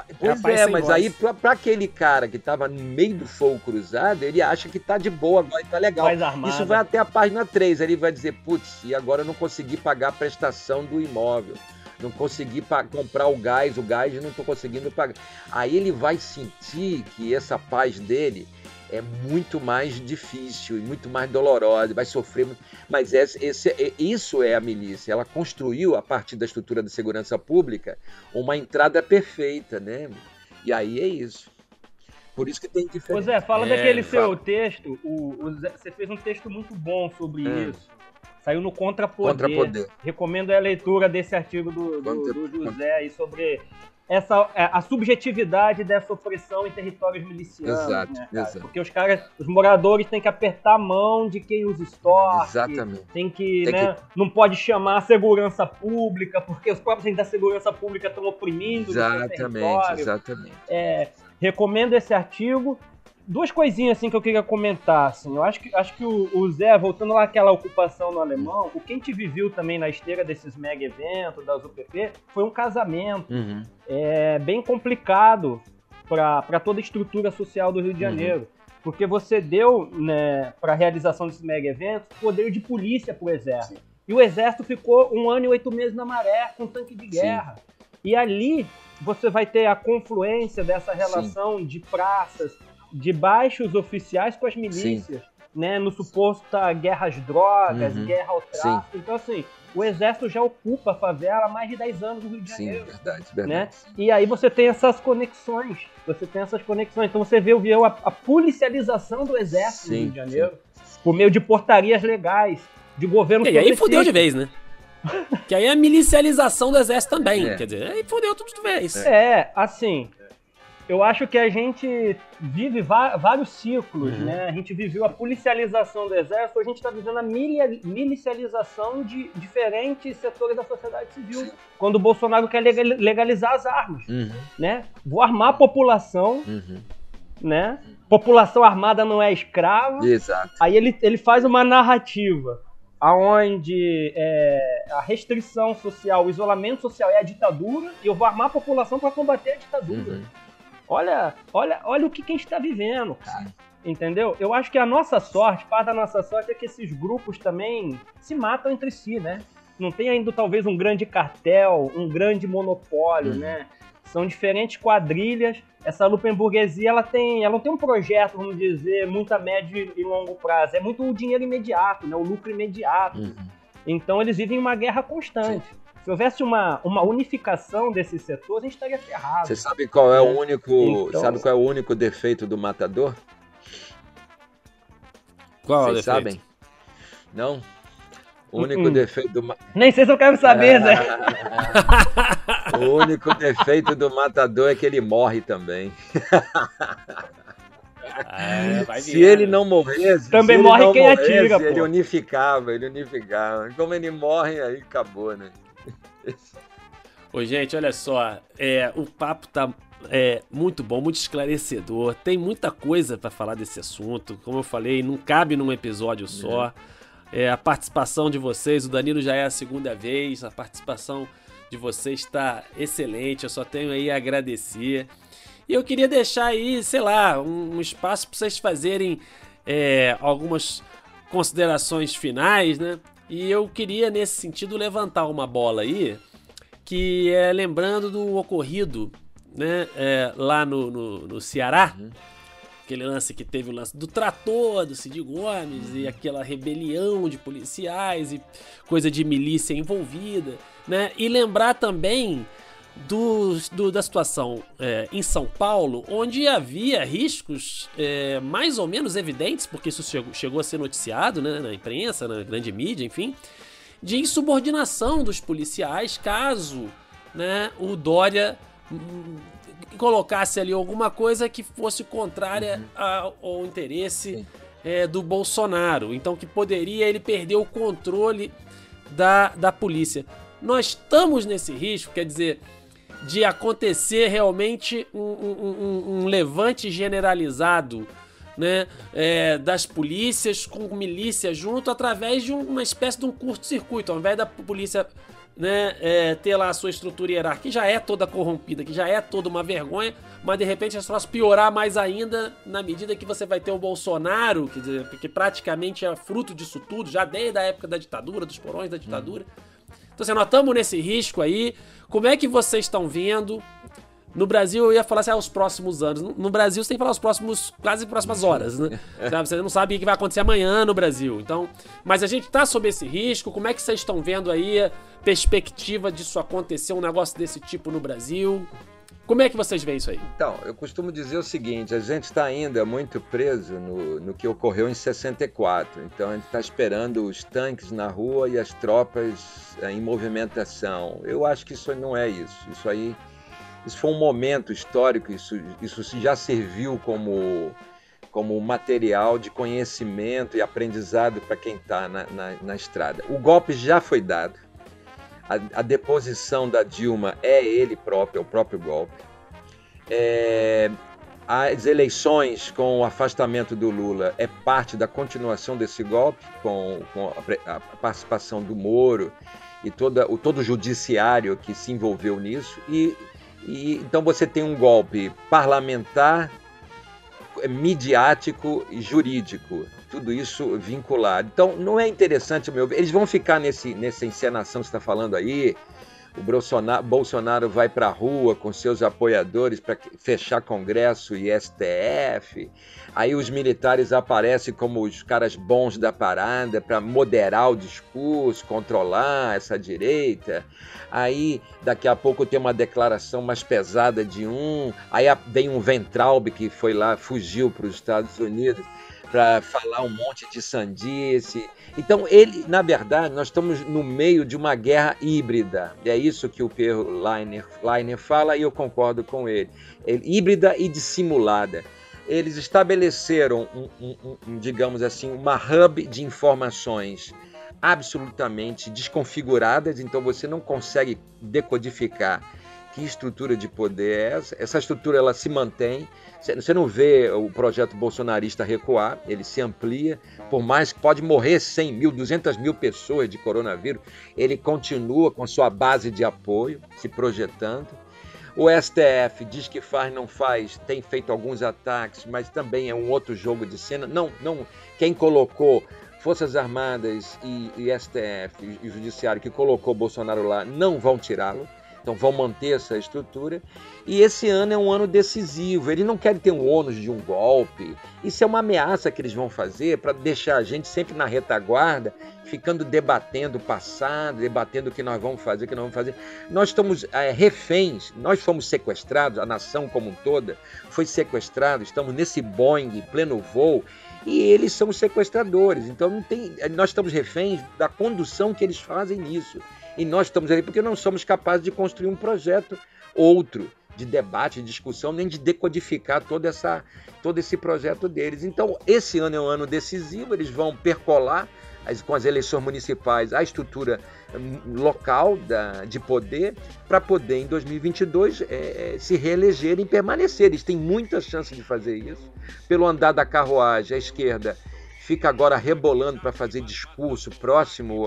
Mas aí para aquele cara que estava no meio do fogo cruzado, ele acha que tá de boa agora, tá legal. Isso vai até a página 3, aí ele vai dizer, putz, e agora eu não consegui pagar a prestação do imóvel. Não consegui comprar o gás não estou conseguindo pagar. Aí ele vai sentir que essa paz dele é muito mais difícil e muito mais dolorosa, vai sofrer muito. Mas isso é a milícia. Ela construiu, a partir da estrutura da segurança pública, uma entrada perfeita, né? E aí é isso. Por isso que tem diferença. Ô Zé, fala daquele seu texto. Você fez um texto muito bom sobre isso. Saiu no Contrapoder. Recomendo a leitura desse artigo do José aí sobre a subjetividade dessa opressão em territórios milicianos. Exato, né, exato. Porque os moradores têm que apertar a mão de quem os extorque. Exatamente. Tem que não pode chamar a segurança pública, porque os próprios da segurança pública estão oprimindo. Exatamente. Recomendo esse artigo. Duas coisinhas assim que eu queria comentar, assim. Eu acho que o Zé, voltando lá àquela ocupação no alemão, o que a gente viveu também na esteira desses mega eventos, das UPP, foi um casamento bem complicado para toda a estrutura social do Rio de Janeiro. Porque você deu, né, para a realização desses mega eventos, poder de polícia para o Exército. Sim. E o Exército ficou 1 ano e 8 meses na maré, com tanque de guerra. Sim. E ali você vai ter a confluência dessa relação de praças, de baixos oficiais com as milícias, né, no suposto guerra às drogas, guerra ao tráfico. Sim. Então, assim, o Exército já ocupa a favela há mais de 10 anos no Rio de Janeiro. Sim, verdade. Né? E aí você tem essas conexões. Então você vê a policialização do Exército no Rio de Janeiro, por meio de portarias legais, de governo... E aí fudeu de vez, né? Que aí é a milicialização do Exército também. Quer dizer, aí fudeu tudo de vez. Assim... Eu acho que a gente vive vários ciclos, né? A gente viveu a policialização do Exército, hoje a gente está vivendo a milicialização de diferentes setores da sociedade civil. Sim. Quando o Bolsonaro quer legalizar as armas, né? Vou armar a população, né? População armada não é escrava. Exato. Aí ele faz uma narrativa onde a restrição social, o isolamento social é a ditadura, e eu vou armar a população para combater a ditadura. Olha o que a gente está vivendo, cara. Entendeu? Eu acho que a nossa sorte, parte da nossa sorte é que esses grupos também se matam entre si, né? Não tem ainda talvez um grande cartel, um grande monopólio, né? São diferentes quadrilhas. Essa Lupenburguesia, ela não tem um projeto, vamos dizer, muito a médio e longo prazo. É muito o dinheiro imediato, né? O lucro imediato. Então eles vivem uma guerra constante. Sim. Se houvesse uma unificação desses setores, a gente estaria ferrado. Você sabe qual é o único, sabe qual é o único defeito do matador? Qual é o defeito? Vocês sabem? Não? O único defeito do Nem sei se eu quero saber, Zé. O único defeito do matador é que ele morre também. Se ele não morresse, também morre quem atira, ele unificava. Como ele morre, aí acabou, né? Ô, gente, olha só, o papo tá muito bom, muito esclarecedor, tem muita coisa pra falar desse assunto, como eu falei, não cabe num episódio só. A participação de vocês, o Danilo já é a segunda vez, a participação de vocês está excelente, eu só tenho aí a agradecer. E eu queria deixar aí, sei lá, um espaço para vocês fazerem algumas considerações finais, né? E eu queria, nesse sentido, levantar uma bola aí, que é lembrando do ocorrido, né, lá no Ceará, aquele lance que teve o lance do trator, do Cid Gomes, e aquela rebelião de policiais e coisa de milícia envolvida, né? E lembrar também da situação em São Paulo, onde havia riscos mais ou menos evidentes, porque isso chegou a ser noticiado, né, na imprensa, na grande mídia, enfim, de insubordinação dos policiais caso, né, o Dória colocasse ali alguma coisa que fosse contrária ao interesse do Bolsonaro. Então que poderia ele perder o controle da polícia. Nós estamos nesse risco, quer dizer, de acontecer realmente um levante generalizado, né, das polícias com milícia junto, através de uma espécie de um curto-circuito. Ao invés da polícia, né, ter lá a sua estrutura hierárquica, que já é toda corrompida, que já é toda uma vergonha, mas de repente as coisas piorar mais ainda na medida que você vai ter o Bolsonaro, quer dizer, porque praticamente é fruto disso tudo, já desde a época da ditadura, dos porões da ditadura. Então, assim, nós estamos nesse risco aí. Como é que vocês estão vendo? No Brasil, eu ia falar assim, os próximos anos. No Brasil, você tem que falar quase próximas horas, né? Você não sabe o que vai acontecer amanhã no Brasil. Então, mas a gente está sob esse risco. Como é que vocês estão vendo aí a perspectiva disso acontecer, um negócio desse tipo no Brasil? Como é que vocês veem isso aí? Então, eu costumo dizer o seguinte, a gente está ainda muito preso no que ocorreu em 64. Então, a gente está esperando os tanques na rua e as tropas em movimentação. Eu acho que isso não é isso. Isso foi um momento histórico, isso já serviu como material de conhecimento e aprendizado para quem está na estrada. O golpe já foi dado. A deposição da Dilma é ele próprio, é o próprio golpe. As eleições com o afastamento do Lula é parte da continuação desse golpe, com a participação do Moro e todo o judiciário que se envolveu nisso. E então você tem um golpe parlamentar, midiático e jurídico, tudo isso vinculado. Então não é interessante, meu ver, eles vão ficar nessa encenação que você está falando aí. O Bolsonaro vai para a rua com seus apoiadores para fechar Congresso e STF. Aí os militares aparecem como os caras bons da parada para moderar o discurso, controlar essa direita. Aí daqui a pouco tem uma declaração mais pesada de um. Aí vem um Weintraub que foi lá, fugiu para os Estados Unidos para falar um monte de sandice. Então, na verdade, nós estamos no meio de uma guerra híbrida. E é isso que o Pierre Leiner fala e eu concordo com ele. Híbrida e dissimulada. Eles estabeleceram, digamos assim, uma hub de informações absolutamente desconfiguradas, então você não consegue decodificar que estrutura de poder é essa. Essa estrutura ela se mantém. Você não vê o projeto bolsonarista recuar, ele se amplia, por mais que pode morrer 100 mil, 200 mil pessoas de coronavírus, ele continua com sua base de apoio, se projetando. O STF diz que faz, não faz, tem feito alguns ataques, mas também é um outro jogo de cena. Quem colocou Forças Armadas e STF e o Judiciário que colocou Bolsonaro lá não vão tirá-lo. Então vão manter essa estrutura. E esse ano é um ano decisivo. Eles não querem ter um ônus de um golpe. Isso é uma ameaça que eles vão fazer para deixar a gente sempre na retaguarda, ficando debatendo o passado, debatendo o que nós vamos fazer, o que não vamos fazer. Nós estamos reféns, nós fomos sequestrados, a nação como um toda foi sequestrada, estamos nesse Boeing pleno voo, e eles são os sequestradores. Então nós estamos reféns da condução que eles fazem nisso. E nós estamos ali porque não somos capazes de construir um projeto outro, de debate, de discussão, nem de decodificar todo esse projeto deles. Então, esse ano é um ano decisivo, eles vão percolar com as eleições municipais a estrutura local de poder, para poder, em 2022, se reelegerem e permanecer. Eles têm muita chance de fazer isso. Pelo andar da carruagem, a esquerda fica agora rebolando para fazer discurso próximo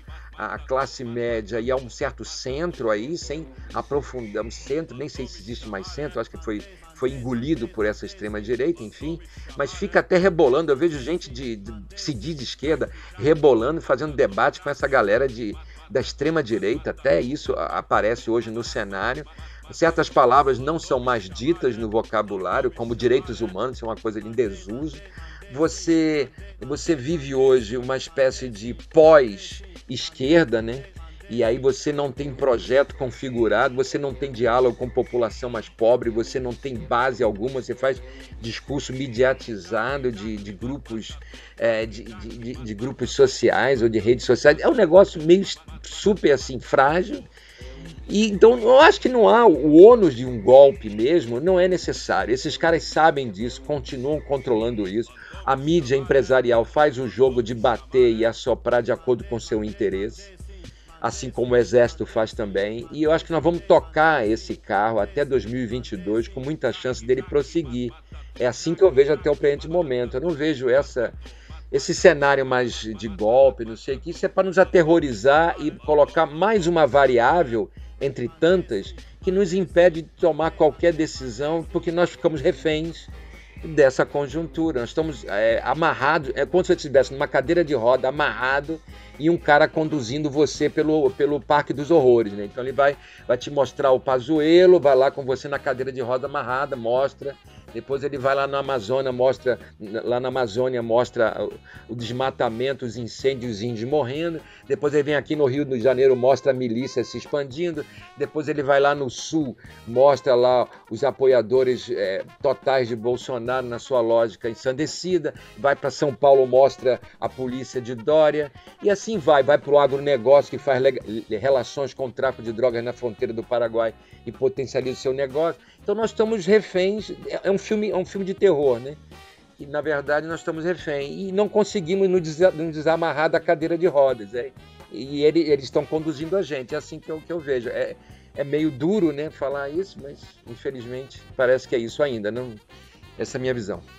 à classe média e a um certo centro aí, sem aprofundar um centro, nem sei se existe mais centro, acho que foi engolido por essa extrema-direita, enfim, mas fica até rebolando. Eu vejo gente que se diz de esquerda rebolando, fazendo debate com essa galera da extrema-direita, até isso aparece hoje no cenário. Certas palavras não são mais ditas no vocabulário, como direitos humanos, isso é uma coisa em desuso. Você vive hoje uma espécie de pós-esquerda, né? E aí você não tem projeto configurado, você não tem diálogo com população mais pobre, você não tem base alguma, você faz discurso mediatizado de grupos, de grupos sociais ou de redes sociais. É um negócio meio super assim, frágil. E, então eu acho que não há o ônus de um golpe mesmo, não é necessário. Esses caras sabem disso, continuam controlando isso. A mídia empresarial faz um jogo de bater e assoprar de acordo com o seu interesse, assim como o Exército faz também. E eu acho que nós vamos tocar esse carro até 2022 com muita chance dele prosseguir. É assim que eu vejo até o presente momento. Eu não vejo esse cenário mais de golpe, não sei o que. Isso é para nos aterrorizar e colocar mais uma variável entre tantas que nos impede de tomar qualquer decisão, porque nós ficamos reféns dessa conjuntura. Nós estamos amarrados, é como se você estivesse numa cadeira de roda, amarrado, e um cara conduzindo você pelo Parque dos Horrores, né? Então ele vai te mostrar o Pazuello, vai lá com você na cadeira de roda amarrada, mostra. Depois ele vai lá na Amazônia, mostra o desmatamento, os incêndios, os índios morrendo. Depois ele vem aqui no Rio de Janeiro, mostra a milícia se expandindo. Depois ele vai lá no Sul, mostra lá os apoiadores totais de Bolsonaro na sua lógica ensandecida. Vai para São Paulo, mostra a polícia de Dória. E assim vai para o agronegócio, que faz relações com o tráfico de drogas na fronteira do Paraguai e potencializa o seu negócio. Então nós estamos reféns, é um filme de terror, né? E na verdade nós estamos reféns e não conseguimos nos desamarrar da cadeira de rodas. E eles estão conduzindo a gente, é assim que eu vejo. É meio duro, né, falar isso, mas infelizmente parece que é isso ainda. Não, essa é a minha visão.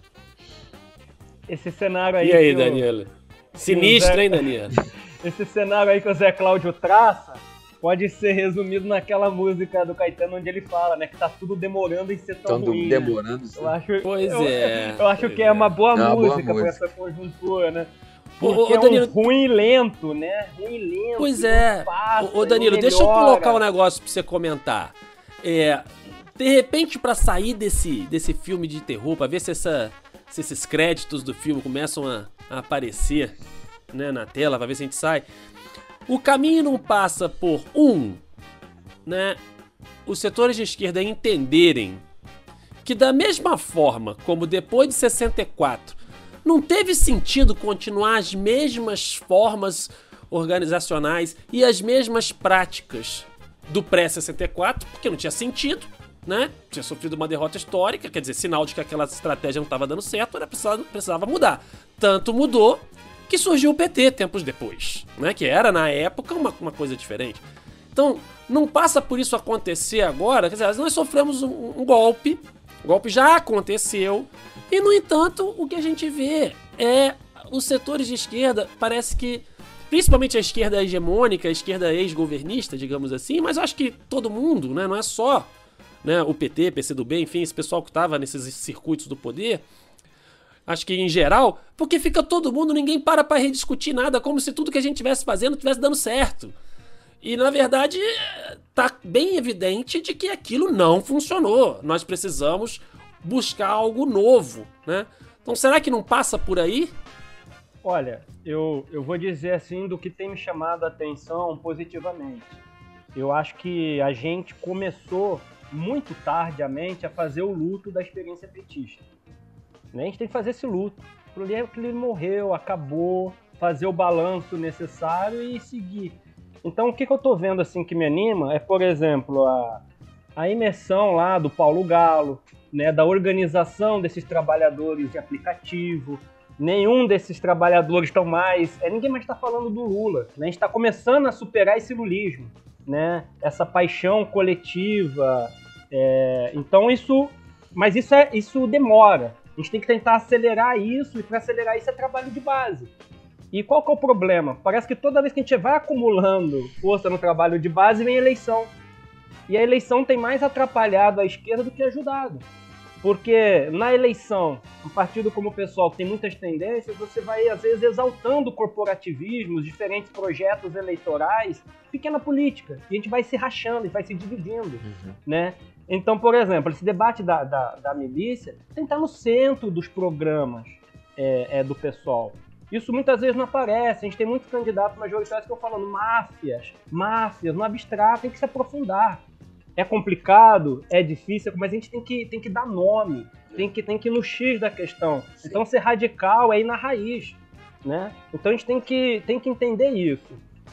Esse cenário aí. E aí, Danilo? Sinistro, hein, Danilo? Esse cenário aí que o Zé Cláudio traça pode ser resumido naquela música do Caetano onde ele fala, né, que tá tudo demorando em ser tão ruim. Demorando. Né? Eu acho que é uma boa música para essa conjuntura, né? Porque é Danilo, ruim lento, né? Ruim lento. Pois é. Ô Danilo, deixa eu colocar um negócio pra você comentar. De repente, pra sair desse filme de terror, pra ver se esses créditos do filme começam a aparecer, né, na tela, pra ver se a gente sai. O caminho não passa por, né, os setores de esquerda entenderem que da mesma forma como depois de 64 não teve sentido continuar as mesmas formas organizacionais e as mesmas práticas do pré-64, porque não tinha sentido, né? Tinha sofrido uma derrota histórica, quer dizer, sinal de que aquela estratégia não estava dando certo, precisava mudar. Tanto mudou que surgiu o PT tempos depois, né? Que era, na época, uma coisa diferente. Então, não passa por isso acontecer agora, quer dizer, nós sofremos um golpe, o golpe já aconteceu, e, no entanto, o que a gente vê é os setores de esquerda, parece que, principalmente a esquerda hegemônica, a esquerda ex-governista, digamos assim, mas eu acho que todo mundo, né, não é só, né, o PT, PCdoB, enfim, esse pessoal que estava nesses circuitos do poder, acho que em geral, porque fica todo mundo, ninguém para rediscutir nada, como se tudo que a gente estivesse fazendo estivesse dando certo. E, na verdade, tá bem evidente de que aquilo não funcionou. Nós precisamos buscar algo novo, né? Então, será que não passa por aí? Olha, eu vou dizer assim do que tem me chamado a atenção positivamente. Eu acho que a gente começou muito tardiamente a fazer o luto da experiência petista. A gente tem que fazer esse luto. Ele morreu, acabou, fazer o balanço necessário e seguir. Então, o que eu tô vendo assim que me anima é, por exemplo, a imersão lá do Paulo Galo, né, da organização desses trabalhadores de aplicativo. Nenhum desses trabalhadores estão mais... ninguém mais está falando do Lula. Né? A gente está começando a superar esse lulismo, né? Essa paixão coletiva. Então, isso demora. A gente tem que tentar acelerar isso, e para acelerar isso é trabalho de base. E qual que é o problema? Parece que toda vez que a gente vai acumulando força no trabalho de base, vem eleição. E a eleição tem mais atrapalhado a esquerda do que ajudado. Porque na eleição, um partido como o PSOL, que tem muitas tendências, você vai, às vezes, exaltando o corporativismo, os diferentes projetos eleitorais, pequena política. E a gente vai se rachando, e vai se dividindo, né? Então, por exemplo, esse debate da milícia tem que estar no centro dos programas do PSOL. Isso muitas vezes não aparece. A gente tem muitos candidatos majoritários que estão falando máfias, no abstrato, tem que se aprofundar. É complicado, é difícil, mas a gente tem que dar nome, tem que ir no X da questão. Sim. Então, ser radical é ir na raiz, né? Então, a gente tem que entender isso.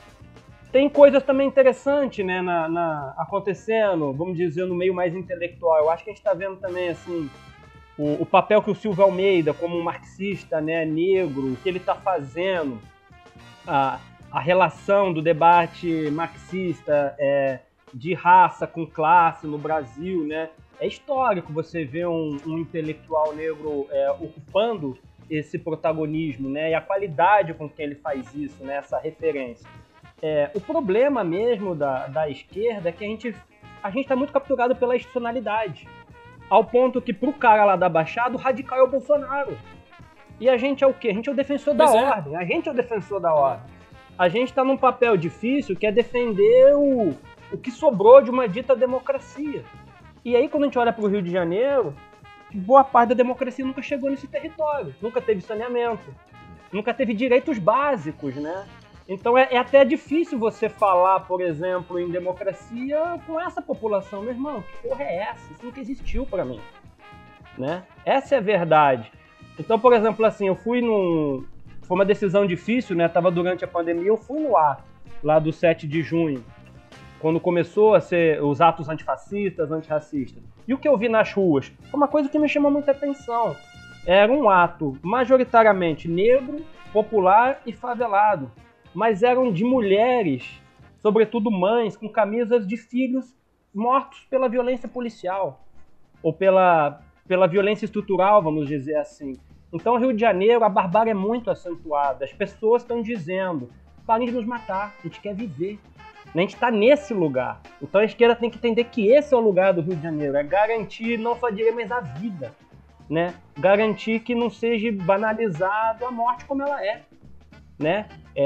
Tem coisas também interessantes, né, acontecendo, vamos dizer, no meio mais intelectual. Eu acho que a gente está vendo também, assim, o papel que o Silvio Almeida, como um marxista, né, negro, o que ele está fazendo, a relação do debate marxista de raça com classe no Brasil, né? É histórico você ver um intelectual negro ocupando esse protagonismo, né? E a qualidade com que ele faz isso, né? Essa referência. O problema mesmo da esquerda é que a gente está muito capturado pela institucionalidade, ao ponto que pro cara lá da Baixada, o radical é o Bolsonaro. E a gente é o quê? A gente é o defensor da ordem. A gente é o defensor da ordem. A gente está num papel difícil que é defender o que sobrou de uma dita democracia. E aí, quando a gente olha para o Rio de Janeiro, boa parte da democracia nunca chegou nesse território, nunca teve saneamento, nunca teve direitos básicos, né? Então é até difícil você falar, por exemplo, em democracia com essa população. Meu irmão, que porra é essa? Isso nunca existiu para mim, né? Essa é a verdade. Então, por exemplo, assim, eu fui foi uma decisão difícil, né? Tava durante a pandemia, eu fui no ato lá do 7 de junho, quando começou a ser os atos antifascistas, antirracistas. E o que eu vi nas ruas foi uma coisa que me chamou muita atenção. Era um ato majoritariamente negro, popular e favelado. Mas eram de mulheres, sobretudo mães, com camisas de filhos mortos pela violência policial. Ou pela violência estrutural, vamos dizer assim. Então, no Rio de Janeiro, a barbárie é muito acentuada. As pessoas estão dizendo, parem de nos matar, a gente quer viver. A gente está nesse lugar. Então a esquerda tem que entender que esse é o lugar do Rio de Janeiro. É garantir não só direito, mas a vida. Né? Garantir que não seja banalizado a morte como ela é. Né?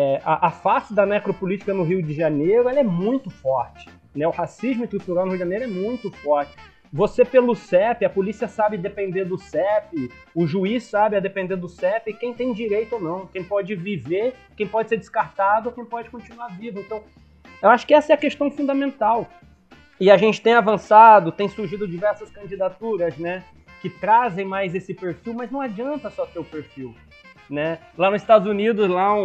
A face da necropolítica no Rio de Janeiro ela é muito forte. Né? O racismo estrutural no Rio de Janeiro é muito forte. Você pelo CEP, a polícia sabe depender do CEP, o juiz sabe a depender do CEP, quem tem direito ou não, quem pode viver, quem pode ser descartado, quem pode continuar vivo. Então, eu acho que essa é a questão fundamental. E a gente tem avançado, tem surgido diversas candidaturas, né, que trazem mais esse perfil, mas não adianta só ter o perfil. Né? Lá nos Estados Unidos, lá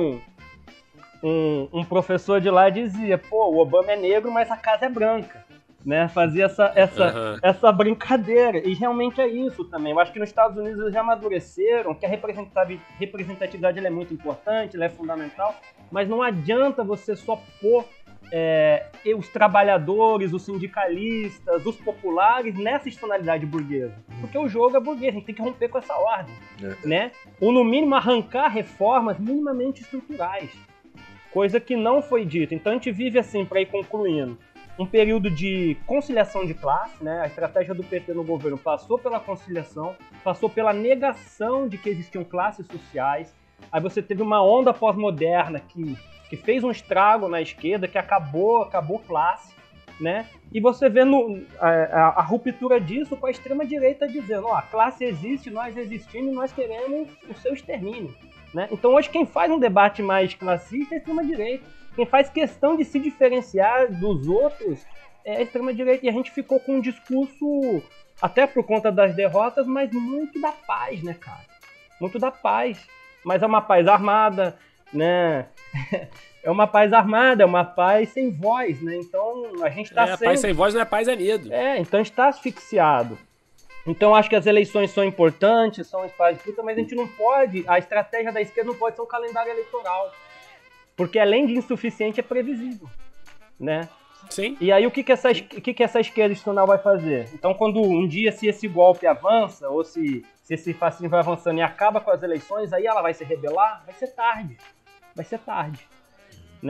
um professor de lá dizia, pô, o Obama é negro, mas a casa é branca. Né? Fazia essa brincadeira. E realmente é isso também. Eu acho que nos Estados Unidos eles já amadureceram que a representatividade ela é muito importante, ela é fundamental, mas não adianta você só pôr os trabalhadores, os sindicalistas, os populares nessa institucionalidade burguesa. Porque o jogo é burguês, a gente tem que romper com essa ordem. Né? Ou no mínimo arrancar reformas minimamente estruturais. Coisa que não foi dita. Então a gente vive assim, para ir concluindo, um período de conciliação de classe, né? A estratégia do PT no governo passou pela conciliação, passou pela negação de que existiam classes sociais. Aí você teve uma onda pós-moderna que fez um estrago na esquerda, que acabou classe, né? E você vê a ruptura disso com a extrema-direita dizendo, a classe existe, nós existimos e nós queremos o seu extermínio, né? Então hoje quem faz um debate mais classista é a extrema-direita. Quem faz questão de se diferenciar dos outros é a extrema-direita. E a gente ficou com um discurso, até por conta das derrotas, mas muito da paz, né, cara? Muito da paz. Mas é uma paz armada, né? É uma paz armada, é uma paz sem voz, né? Então a gente tá sem... paz sem voz não é paz, é medo. Então a gente tá asfixiado. Então acho que as eleições são importantes, são espaço de disputa, mas a gente não pode, a estratégia da esquerda não pode ser um calendário eleitoral. Porque além de insuficiente, é previsível, né? Sim. E aí o que essa esquerda institucional vai fazer? Então quando um dia se esse golpe avança, ou se esse fascismo vai avançando e acaba com as eleições, aí ela vai se rebelar? Vai ser tarde, né?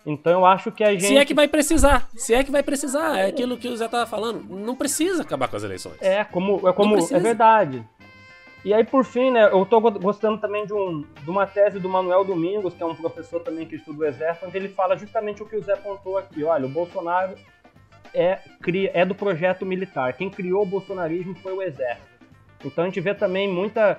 Então eu acho que a gente... Se é que vai precisar, é aquilo que o Zé tava falando, não precisa acabar com as eleições. É verdade. E aí, por fim, né, eu tô gostando também de uma tese do Manuel Domingos, que é um professor também que estuda o Exército, onde ele fala justamente o que o Zé apontou aqui. Olha, o Bolsonaro é do projeto militar. Quem criou o bolsonarismo foi o Exército. Então a gente vê também muita...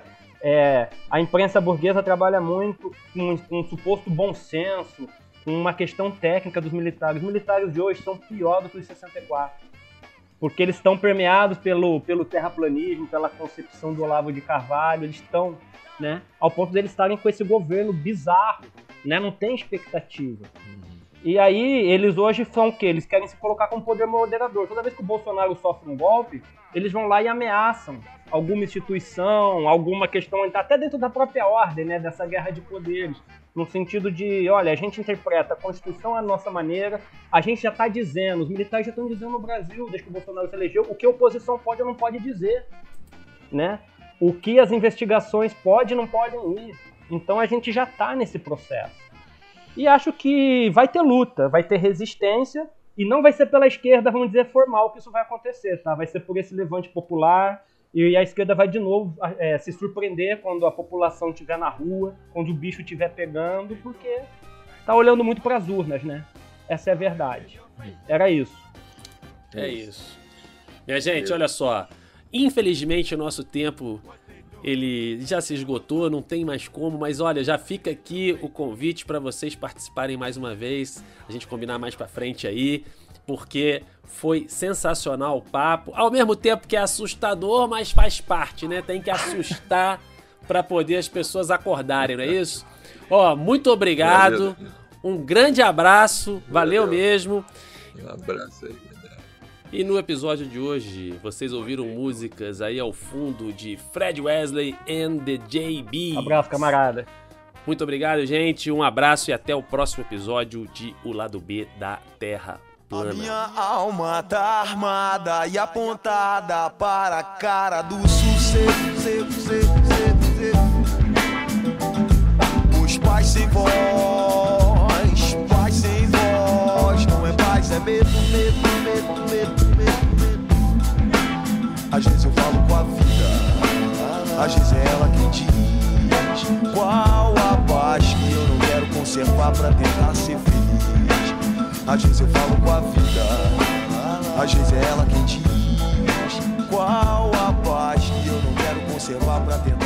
a imprensa burguesa trabalha muito com um suposto bom senso, com uma questão técnica dos militares. Os militares de hoje são pior do que os 64. Porque eles estão permeados pelo terraplanismo, pela concepção do Olavo de Carvalho, eles estão, né, ao ponto de eles estarem com esse governo bizarro, né, não tem expectativa. E aí, eles hoje são o quê? Eles querem se colocar como poder moderador. Toda vez que o Bolsonaro sofre um golpe, eles vão lá e ameaçam alguma instituição, alguma questão, até dentro da própria ordem, né, dessa guerra de poderes. No sentido de, olha, a gente interpreta a Constituição à nossa maneira, a gente já está dizendo, os militares já estão dizendo no Brasil, desde que o Bolsonaro se elegeu, o que a oposição pode ou não pode dizer, né? O que as investigações podem e não podem ir. Então a gente já está nesse processo. E acho que vai ter luta, vai ter resistência, e não vai ser pela esquerda, vamos dizer, formal que isso vai acontecer, tá? Vai ser por esse levante popular, e a esquerda vai de novo se surpreender quando a população estiver na rua, quando o bicho estiver pegando, porque tá olhando muito para as urnas, né? Essa é a verdade. Era isso. É isso. Minha gente, olha só. Infelizmente o nosso tempo ele já se esgotou, não tem mais como, mas olha, já fica aqui o convite para vocês participarem mais uma vez, a gente combinar mais para frente aí, porque foi sensacional o papo, ao mesmo tempo que é assustador, mas faz parte, né? Tem que assustar para poder as pessoas acordarem, não é isso? Ó, muito obrigado, um grande abraço, valeu mesmo. Um abraço aí. E no episódio de hoje, vocês ouviram músicas aí ao fundo de Fred Wesley and the JB. Abraço, camarada. Muito obrigado, gente. Um abraço e até o próximo episódio de O Lado B da Terra Plana. A minha alma tá armada e apontada para a cara do sucesso. Os pais sem voz, não é paz, é medo. Às vezes eu falo com a vida, às vezes é ela quem diz qual a paz que eu não quero conservar pra tentar ser feliz. Às vezes eu falo com a vida, às vezes é ela quem diz qual a paz que eu não quero conservar pra tentar